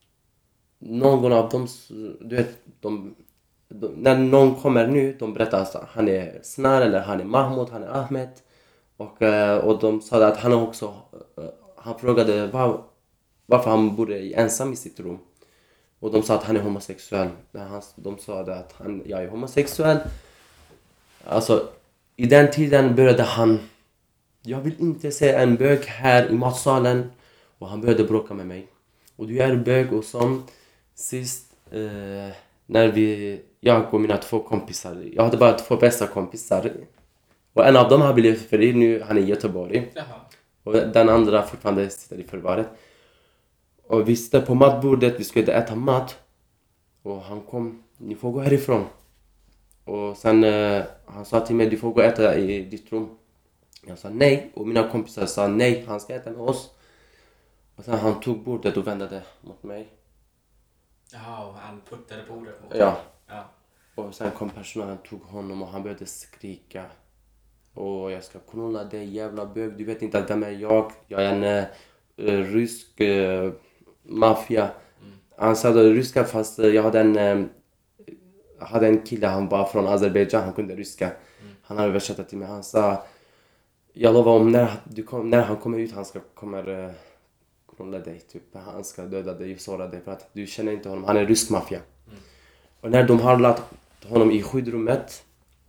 någon av dem, du vet, de, de, när någon kommer nu, de berättar att han är Snar eller han är Mahmoud, han är Ahmed. Och, eh, och de sa att han också, eh, han frågade var, varför han bodde ensam i sitt rum. Och de sa att han är homosexuell. När han, de sa att han, jag är homosexuell. Alltså, i den tiden började han, jag vill inte se en bög här i matsalen. Och han började bråka med mig. Och du är bög och som sist, eh, när vi, jag och mina två kompisar, jag hade bara två bästa kompisar. Och en av dem har blivit fri nu, han är i Göteborg. Jaha. Och den andra fortfarande sitter i förvaret. Och vi sitter på matbordet, vi skulle äta mat. Och han kom, ni får gå härifrån. Och sen eh, han sa till mig, du får gå och äta i ditt rum. Jag sa nej, och mina kompisar sa nej, han ska äta med oss. Och sen han tog bordet och vände mot mig. Ja, och han puttade bordet mot ja. ja. Och sen kom personalen, tog honom och han började skrika. Och jag ska knulla dig jävla bög, du vet inte att vem är jag. Jag är en uh, rysk uh, maffia. Mm. Han sa det ryska fast jag hade en, uh, hade en kille, han var från Azerbaijan, han kunde ryska. Mm. Han hade översatt till mig, han sa jag lovar om när, du kom, när han kommer ut han ska kommer uh, knulla dig typ. Han ska döda dig och såra dig för att du känner inte honom, han är rysk maffia. Mm. Och när de har lagt honom i skyddsrummet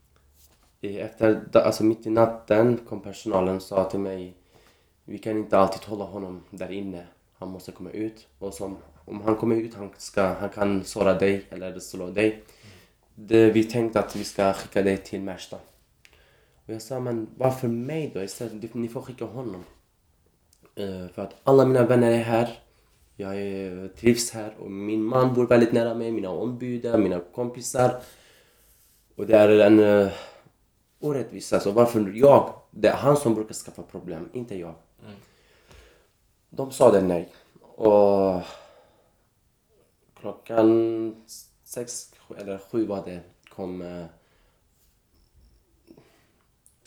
efter, alltså mitt i natten kom personalen och sa till mig vi kan inte alltid hålla honom där inne, han måste komma ut och som, om han kommer ut han, ska, han kan såra dig eller slå dig. Mm. Det, vi tänkte att vi ska skicka dig till Märsta. Och jag sa men varför mig då istället, ni får skicka honom. Uh, för att alla mina vänner är här, jag är, trivs här och min man bor väldigt nära mig, mina ombud, mina kompisar. Och det är en uh, orättvisa, så varför jag, det är han som brukar skaffa problem, inte jag. Mm. De sa det nej. Och klockan sex eller sju var det kom uh,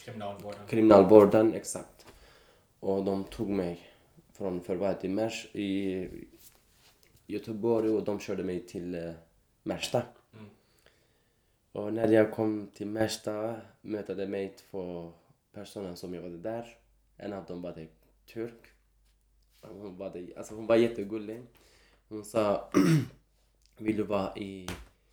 Kriminalvården. Kriminalvården, exakt. Och de tog mig från förvaret i Mers i Göteborg och de körde mig till uh, Märsta. Mm. Och när jag kom till Märsta mötte mig två personer som jobbade där. En av dem var det turk. Hon var, det, alltså hon var jättegullig. Hon sa, vill du vara i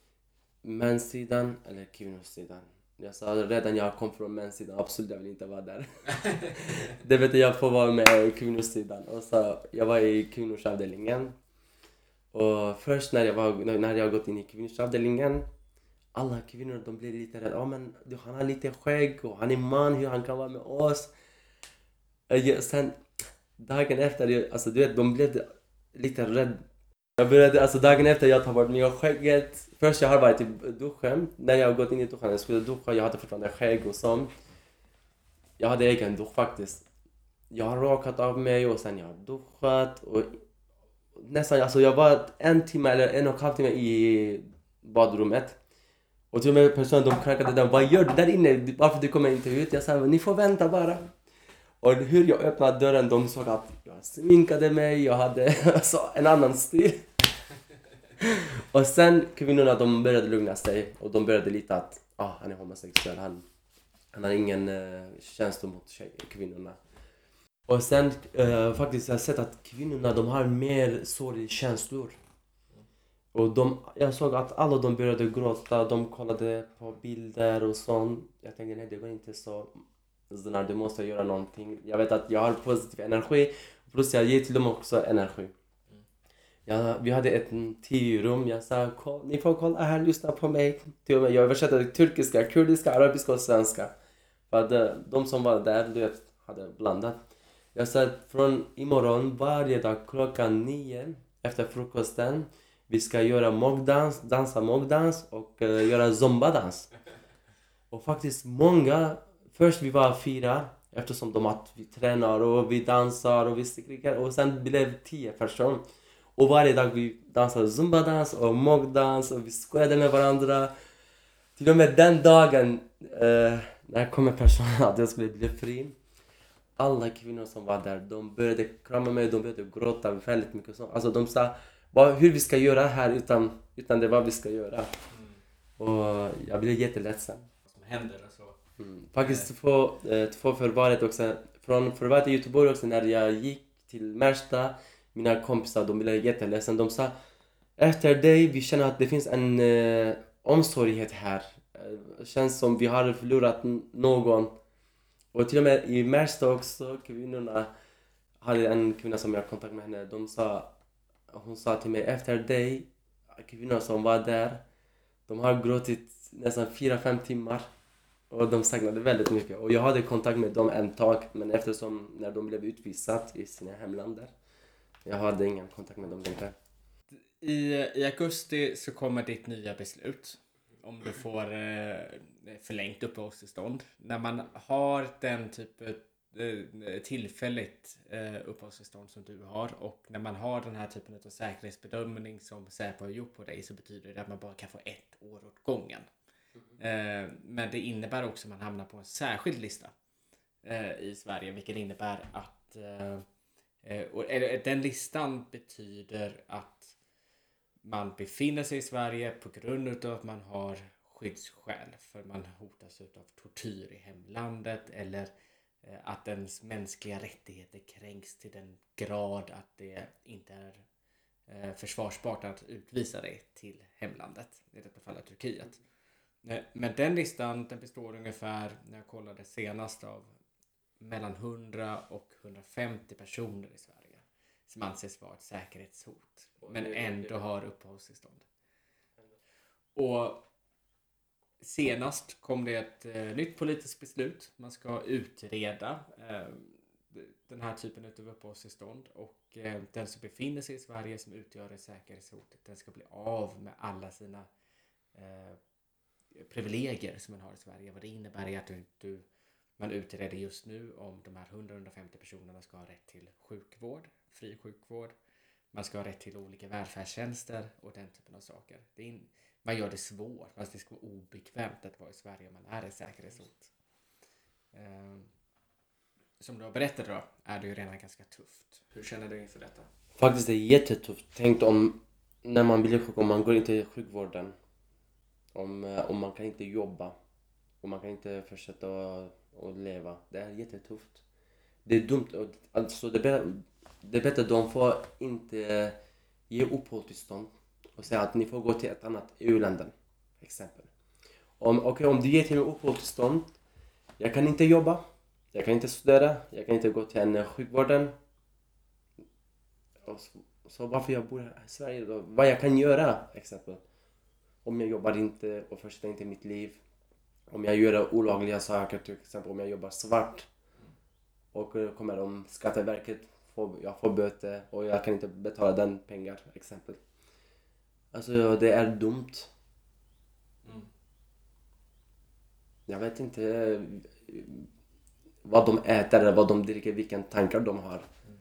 mansidan eller kvinnosidan? Jag sa redan jag kom från mansidan, absolut jag vill inte vara där. Det vet jag får vara med kvinnosidan. Och så jag var i kvinnorsavdelningen. Och först när jag, var, när jag gått in i kvinnorsavdelningen, alla kvinnor de blev lite rädda. Ja men du, han har lite skägg och han är man, hur han kan vara med oss. Och sen dagen efter, alltså du vet, de blev lite rädda. Jag började, alltså dagen efter jag tar bort mig skägget. Först jag har varit i duschen. När jag har gått in i duschen, jag skulle duscha, jag hade fortfarande skägg och sånt. Jag hade egen dusch faktiskt. Jag har rakat av mig och sen jag har duschat. Och nästan, alltså jag var en timme eller en och en halv timme i badrummet. Och till och med personen, de knackade där, vad gör du där inne? Varför du kommer inte ut? Jag sa, ni får vänta bara. Och hur jag öppnade dörren, de såg att jag sminkade mig, jag hade alltså, en annan stil. Och sen kvinnorna, de började lugna sig och de började lita att ah, han är homosexuell, han, han har ingen uh, känsla mot tjej, kvinnorna. Och sen uh, faktiskt jag har sett att kvinnorna, de har mer sorgliga känslor. Och de, jag såg att alla de började gråta, de kollade på bilder och sånt. Jag tänkte nej, det går inte så. Så när du måste göra någonting. Jag vet att jag har positiv energi. Plus jag ger till dem också energi. Mm. Ja, vi hade ett tio-rum. Jag sa, ni får kolla här, lyssna på mig. Jag översatte turkiska, kurdiska, arabiska och svenska. För de som var där, du vet, hade blandat. Jag sa, från imorgon varje dag klockan nio efter frukosten. Vi ska göra mogdans, dansa mogdans och uh, göra zombadans. Och faktiskt många... Först vi var fyra, eftersom de att vi tränar och vi dansar och vi skriker. Och sen blev tio personer. Och varje dag vi dansade zumbadans och mogdans och vi skojade med varandra. Till och med den dagen eh, när kommer personen att jag skulle bli fri. Alla kvinnor som var där, de började krama mig, de började gråta väldigt mycket. Så. Alltså de sa vad, hur vi ska göra här utan, utan det vad vi ska göra. Mm. Och jag blev jätteledsen. Vad som händer och så. Mm. Faktiskt två, eh, två förvaret också. Från förvaret i Göteborg också när jag gick till Märsta. Mina kompisar, de blev jätteledsen. De sa, efter dig vi känner att det finns en eh, omsorghet här. Det känns som vi har förlorat någon. Och till och med i Märsta också, kvinnorna hade en kvinna som jag kontakt med henne. De sa, hon sa till mig, efter dig, kvinnor som var där, de har gråtit nästan fyra fem timmar. Och de saknade väldigt mycket. Och jag hade kontakt med dem en tag. Men eftersom när de blev utvisat i sina hemländer. Jag hade ingen kontakt med dem längre. I, I augusti så kommer ditt nya beslut. Om du får eh, förlängt uppehållstillstånd. När man har den typen eh, tillfälligt eh, uppehållstillstånd som du har. Och när man har den här typen av säkerhetsbedömning som Säpo har gjort på dig. Så betyder det att man bara kan få ett år åt gången. Mm. Men det innebär också att man hamnar på en särskild lista i Sverige, vilket innebär att och den listan betyder att man befinner sig i Sverige på grund av att man har skyddsskäl, för man hotas av tortyr i hemlandet eller att ens mänskliga rättigheter kränks till den grad att det inte är försvarsbart att utvisa dig till hemlandet, i detta fall Turkiet. Men den listan, den består ungefär, när jag kollade senast, av mellan hundra och hundrafemtio personer i Sverige som anses vara ett säkerhetshot men ändå har uppehållstillstånd. Och senast kom det ett eh, nytt politiskt beslut. Man ska utreda eh, den här typen av uppehållstillstånd och eh, den som befinner sig i Sverige som utgör ett säkerhetshot, den ska bli av med alla sina eh, privilegier som man har i Sverige. Vad det innebär är att du, du, man utreder just nu om de här hundra till hundrafemtio personerna ska ha rätt till sjukvård, fri sjukvård. Man ska ha rätt till olika välfärdstjänster och den typen av saker. Det in, man gör det svårt, fast det ska vara obekvämt att vara i Sverige om man är ett säkerhetshot. Eh, som du har berättat då är det ju redan ganska tufft. Hur känner du inför detta? Faktiskt det är jättetufft. Tänk om när man blir sjuk, om man går in till sjukvården. Om, eh, om man kan inte jobba. Och man kan inte fortsätta att leva. Det är jättetufft. Det är dumt. och- Alltså det är bättre, det är bättre de får inte ge uppehållstillstånd. Och säga att ni får gå till ett annat E U-länder. Exempel. Om, okay, om du ger till mig uppehållstillstånd. Jag kan inte jobba. Jag kan inte studera. Jag kan inte gå till en sjukvården. Och så, så varför jag bor här i Sverige då? Vad jag kan göra exempel. Om jag jobbar inte och fortsätter inte mitt liv. Om jag gör olagliga saker, till exempel om jag jobbar svart. Och eh, kommer om Skatteverket, får, jag får böter och jag kan inte betala den pengar exempel. Alltså det är dumt. Mm. Jag vet inte eh, vad de äter eller vad de dricker, vilken tankar de har.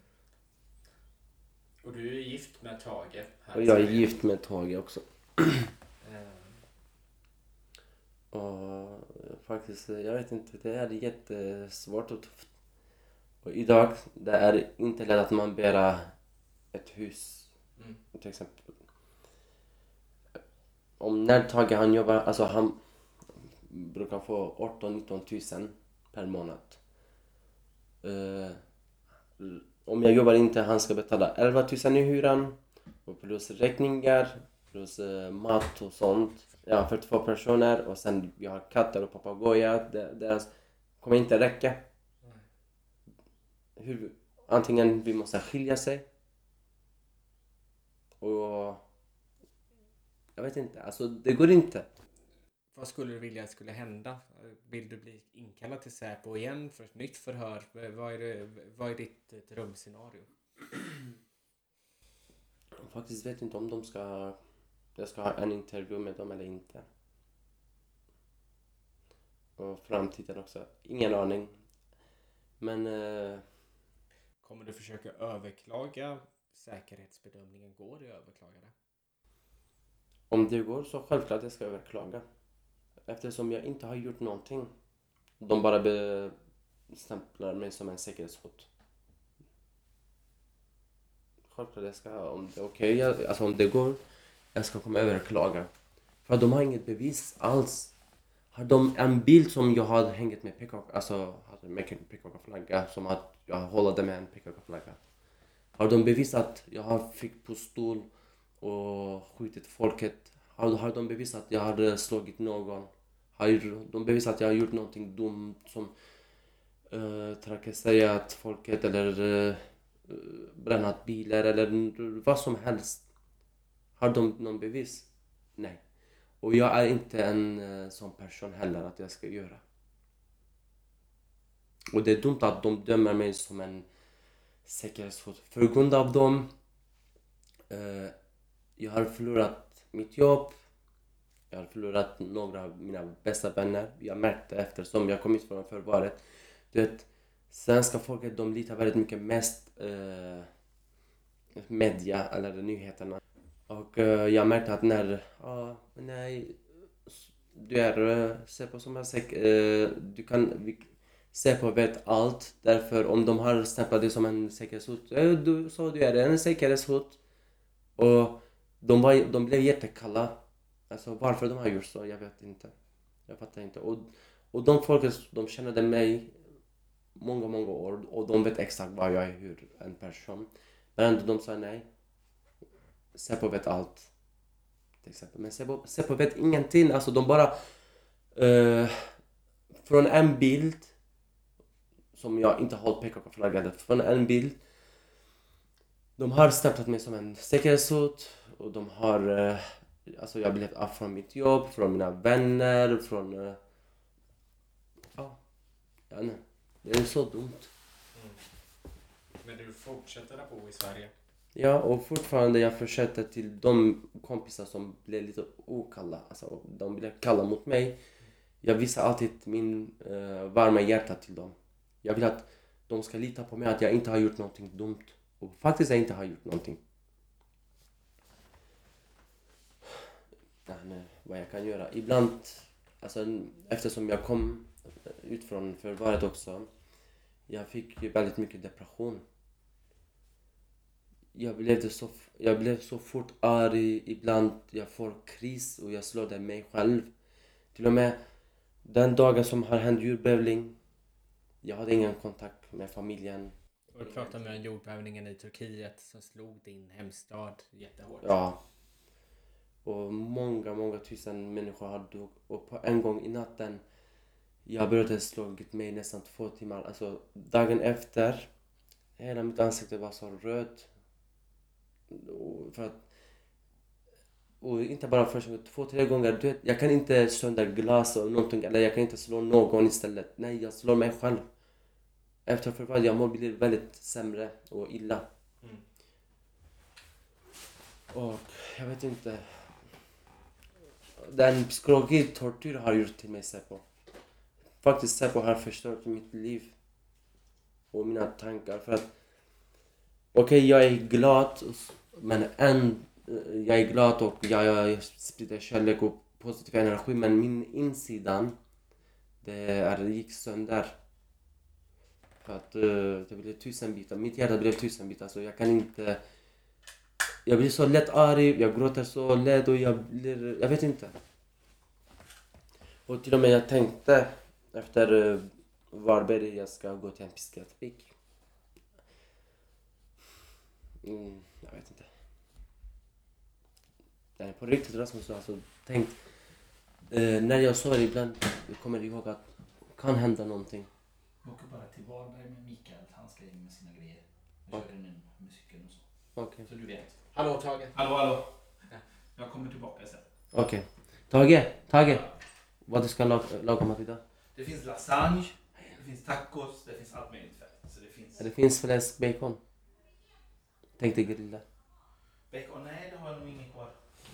Och du är gift med Tage här Och i jag är Sverige. gift med Tage också. Eh, Och faktiskt, jag vet inte, det är jättesvårt och tufft. Och idag, det är inte lätt att man bära ett hus, Mm. till exempel. Om när Tage han jobbar, alltså han brukar få arton nitton tusen per månad. Uh, om jag jobbar inte, han ska betala elva tusen i hyran. Och plus räkningar, plus uh, mat och sånt. Ja, för två personer. Och sen vi har katter och papagoja. Det, det kommer inte räcka. Hur, antingen vi måste skilja sig. Och jag vet inte, alltså det går inte. Vad skulle du vilja skulle hända? Vill du bli inkallad till Säpo igen för ett nytt förhör? Vad är, det, vad är ditt drömscenario? Jag faktiskt vet inte om de ska, jag ska ha en intervju med dem eller inte. Och framtiden också, ingen aning. Men eh, Kommer du försöka överklaga säkerhetsbedömningen? Går det att överklaga det? om det går så självklart jag ska överklaga. Eftersom jag inte har gjort någonting. De bara bestämplar mig som en säkerhetshot. Självklart jag ska, om det är okej, okay, alltså om det går, jag ska komma överklaga. För de har inget bevis alls. Har de en bild som jag har hängt med P K K, alltså hade med en P K K-flagga, som att jag håller med en P K K-flagga. Har de bevisat att jag har fick pistol och skjutit folket? Har, har de bevisat att jag hade slagit någon? Har de bevisat att jag har gjort någonting dumt som uh, trakasserat folket eller uh, brännat bilar eller vad som helst? Har de någon bevis? Nej. Och jag är inte en uh, sån person heller att jag ska göra. Och det är dumt att de dömer mig som en säkerhetshot. För grund av dem uh, jag har förlorat mitt jobb. Jag har förlorat några av mina bästa vänner. Jag märkte eftersom jag kommit från förvaret. Du vet, svenska folket de litar väldigt mycket mest uh, media eller nyheterna. Och uh, jag märkte att när uh, nej, du är uh, Säpo som är säker, uh, du kan vi, Säpo vet allt. Därför om de har stämplat dig som en säkerhetshot, uh, du, så du är en säkerhetshot. Och de, var, de blev jättekalla. Alltså varför de har gjort så, jag vet inte. Jag fattar inte. Och, och de folket, de kände mig många, många år. Och de vet exakt vad jag är, hur en person. Men ändå de sa nej. Säpo vet allt. Till exempel. Men Säpo, Säpo vet ingenting. Alltså de bara... Uh, från en bild... Som jag inte har P K K-flaggat. Från en bild... De har stämplat mig som en säkerhetshot. Och de har... Uh, alltså jag blev av från mitt jobb. Från mina vänner. Från... Uh, ja. Ja, nej. Det är så dumt. Mm. Men du fortsätter att bo i Sverige? Ja, och fortfarande jag fortsätter till de kompisar som blev lite okalla. Alltså de blev kalla mot mig. Jag visar alltid min uh, varma hjärta till dem. Jag vill att de ska lita på mig att jag inte har gjort någonting dumt. Och faktiskt jag inte har gjort någonting. Ja, nej, vad jag kan göra. Ibland, alltså eftersom jag kom utifrån förvaret också. Jag fick väldigt mycket depression. Jag blev så, jag blev så fort arg. Ibland jag får kris och jag slår det mig själv. Till och med den dagen som har hänt jordbävning. Jag hade ingen kontakt med familjen. Och du pratade med jordbävningen i Turkiet som slog din hemstad jättehårt. Ja. Och många, många tusen människor har dog. Och på en gång i natten. Jag började slagit mig nästan två timmar. Alltså dagen efter. Hela mitt ansikte var så rött. Och för att, och inte bara första gången, två, tre gånger. Du vet, jag kan inte sönder glas och någonting. Eller jag kan inte slå någon istället. Nej, jag slår mig själv. Efter författaren jag mår blir väldigt sämre och illa. Mm. Och jag vet inte. Den psykologi tortyr har gjort till mig Säpo. Faktiskt Säpo har förstört mitt liv. Och mina tankar. För att okej, okay, jag är glad. Men än jag är glad och jag, jag sprider kärlek och positiv energi. Men min insidan det är, gick sönder. För att uh, det blev tusen bitar. Mitt hjärta blev tusen bitar. Så jag kan inte. Jag blir så lätt arg. Jag gråter så lätt. Och jag blir. Jag vet inte. Och till och med jag tänkte. Efter uh, Varberg. Jag ska gå till en psykiatrik. Mm, jag vet inte. Det är på riktigt Rasmus. Alltså, tänk. Uh, när jag sa det ibland. Jag kommer ihåg att. Kan hända någonting. Åker bara till Varberg med Mikael. Han ska in med sina grejer. Jag kör in musiken och så. Okej. Så du vet. Hallå Tage. Hallå, hallå. Jag kommer tillbaka sen. Okej. Okay. Tage, Tage. Vad du ska laga, laga mat idag? Det finns lasagne. Det finns tacos. Det finns allt möjligt färdigt. Så det finns. Det finns fläsk, bacon. Tänkte grilla. Bacon? Nej, det har jag nog ingen kvar.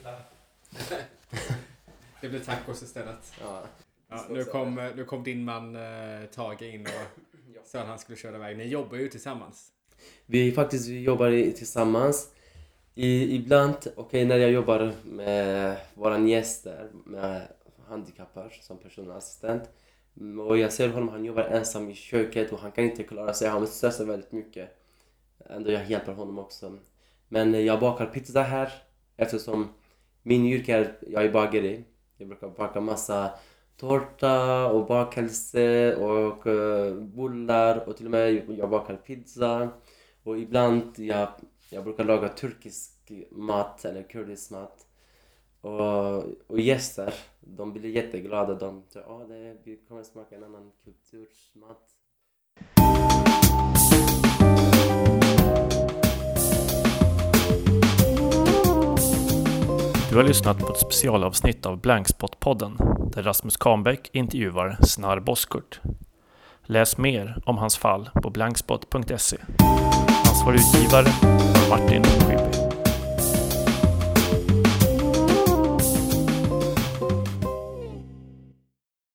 Det blir tacos istället. Ja. Ja, nu, kom, nu kom din man eh, Tage in och sa att han skulle köra iväg. Ni jobbar ju tillsammans. Vi faktiskt vi jobbar tillsammans. I, ibland, okej okay, när jag jobbar med våra gäster, med handikappar som personlig assistent. Och jag ser honom, han jobbar ensam i köket och han kan inte klara sig. Han stressar väldigt mycket. Ändå jag hjälper honom också. Men jag bakar pizza här eftersom min yrke är, jag är bagare. Jag brukar baka massa tårta och bakelse och uh, bullar och till och med jag bakar pizza och ibland jag, jag brukar laga turkisk mat eller kurdisk mat och, och gäster, de blir jätteglada, de tror ja oh, vi kommer smaka en annan kultursmat. Du har lyssnat på ett specialavsnitt av Blankspot-podden där Rasmus Kahnbäck intervjuar Snar Boskurt. Läs mer om hans fall på blankspot punkt se. Ansvarig utgivare var Martin Schibbye.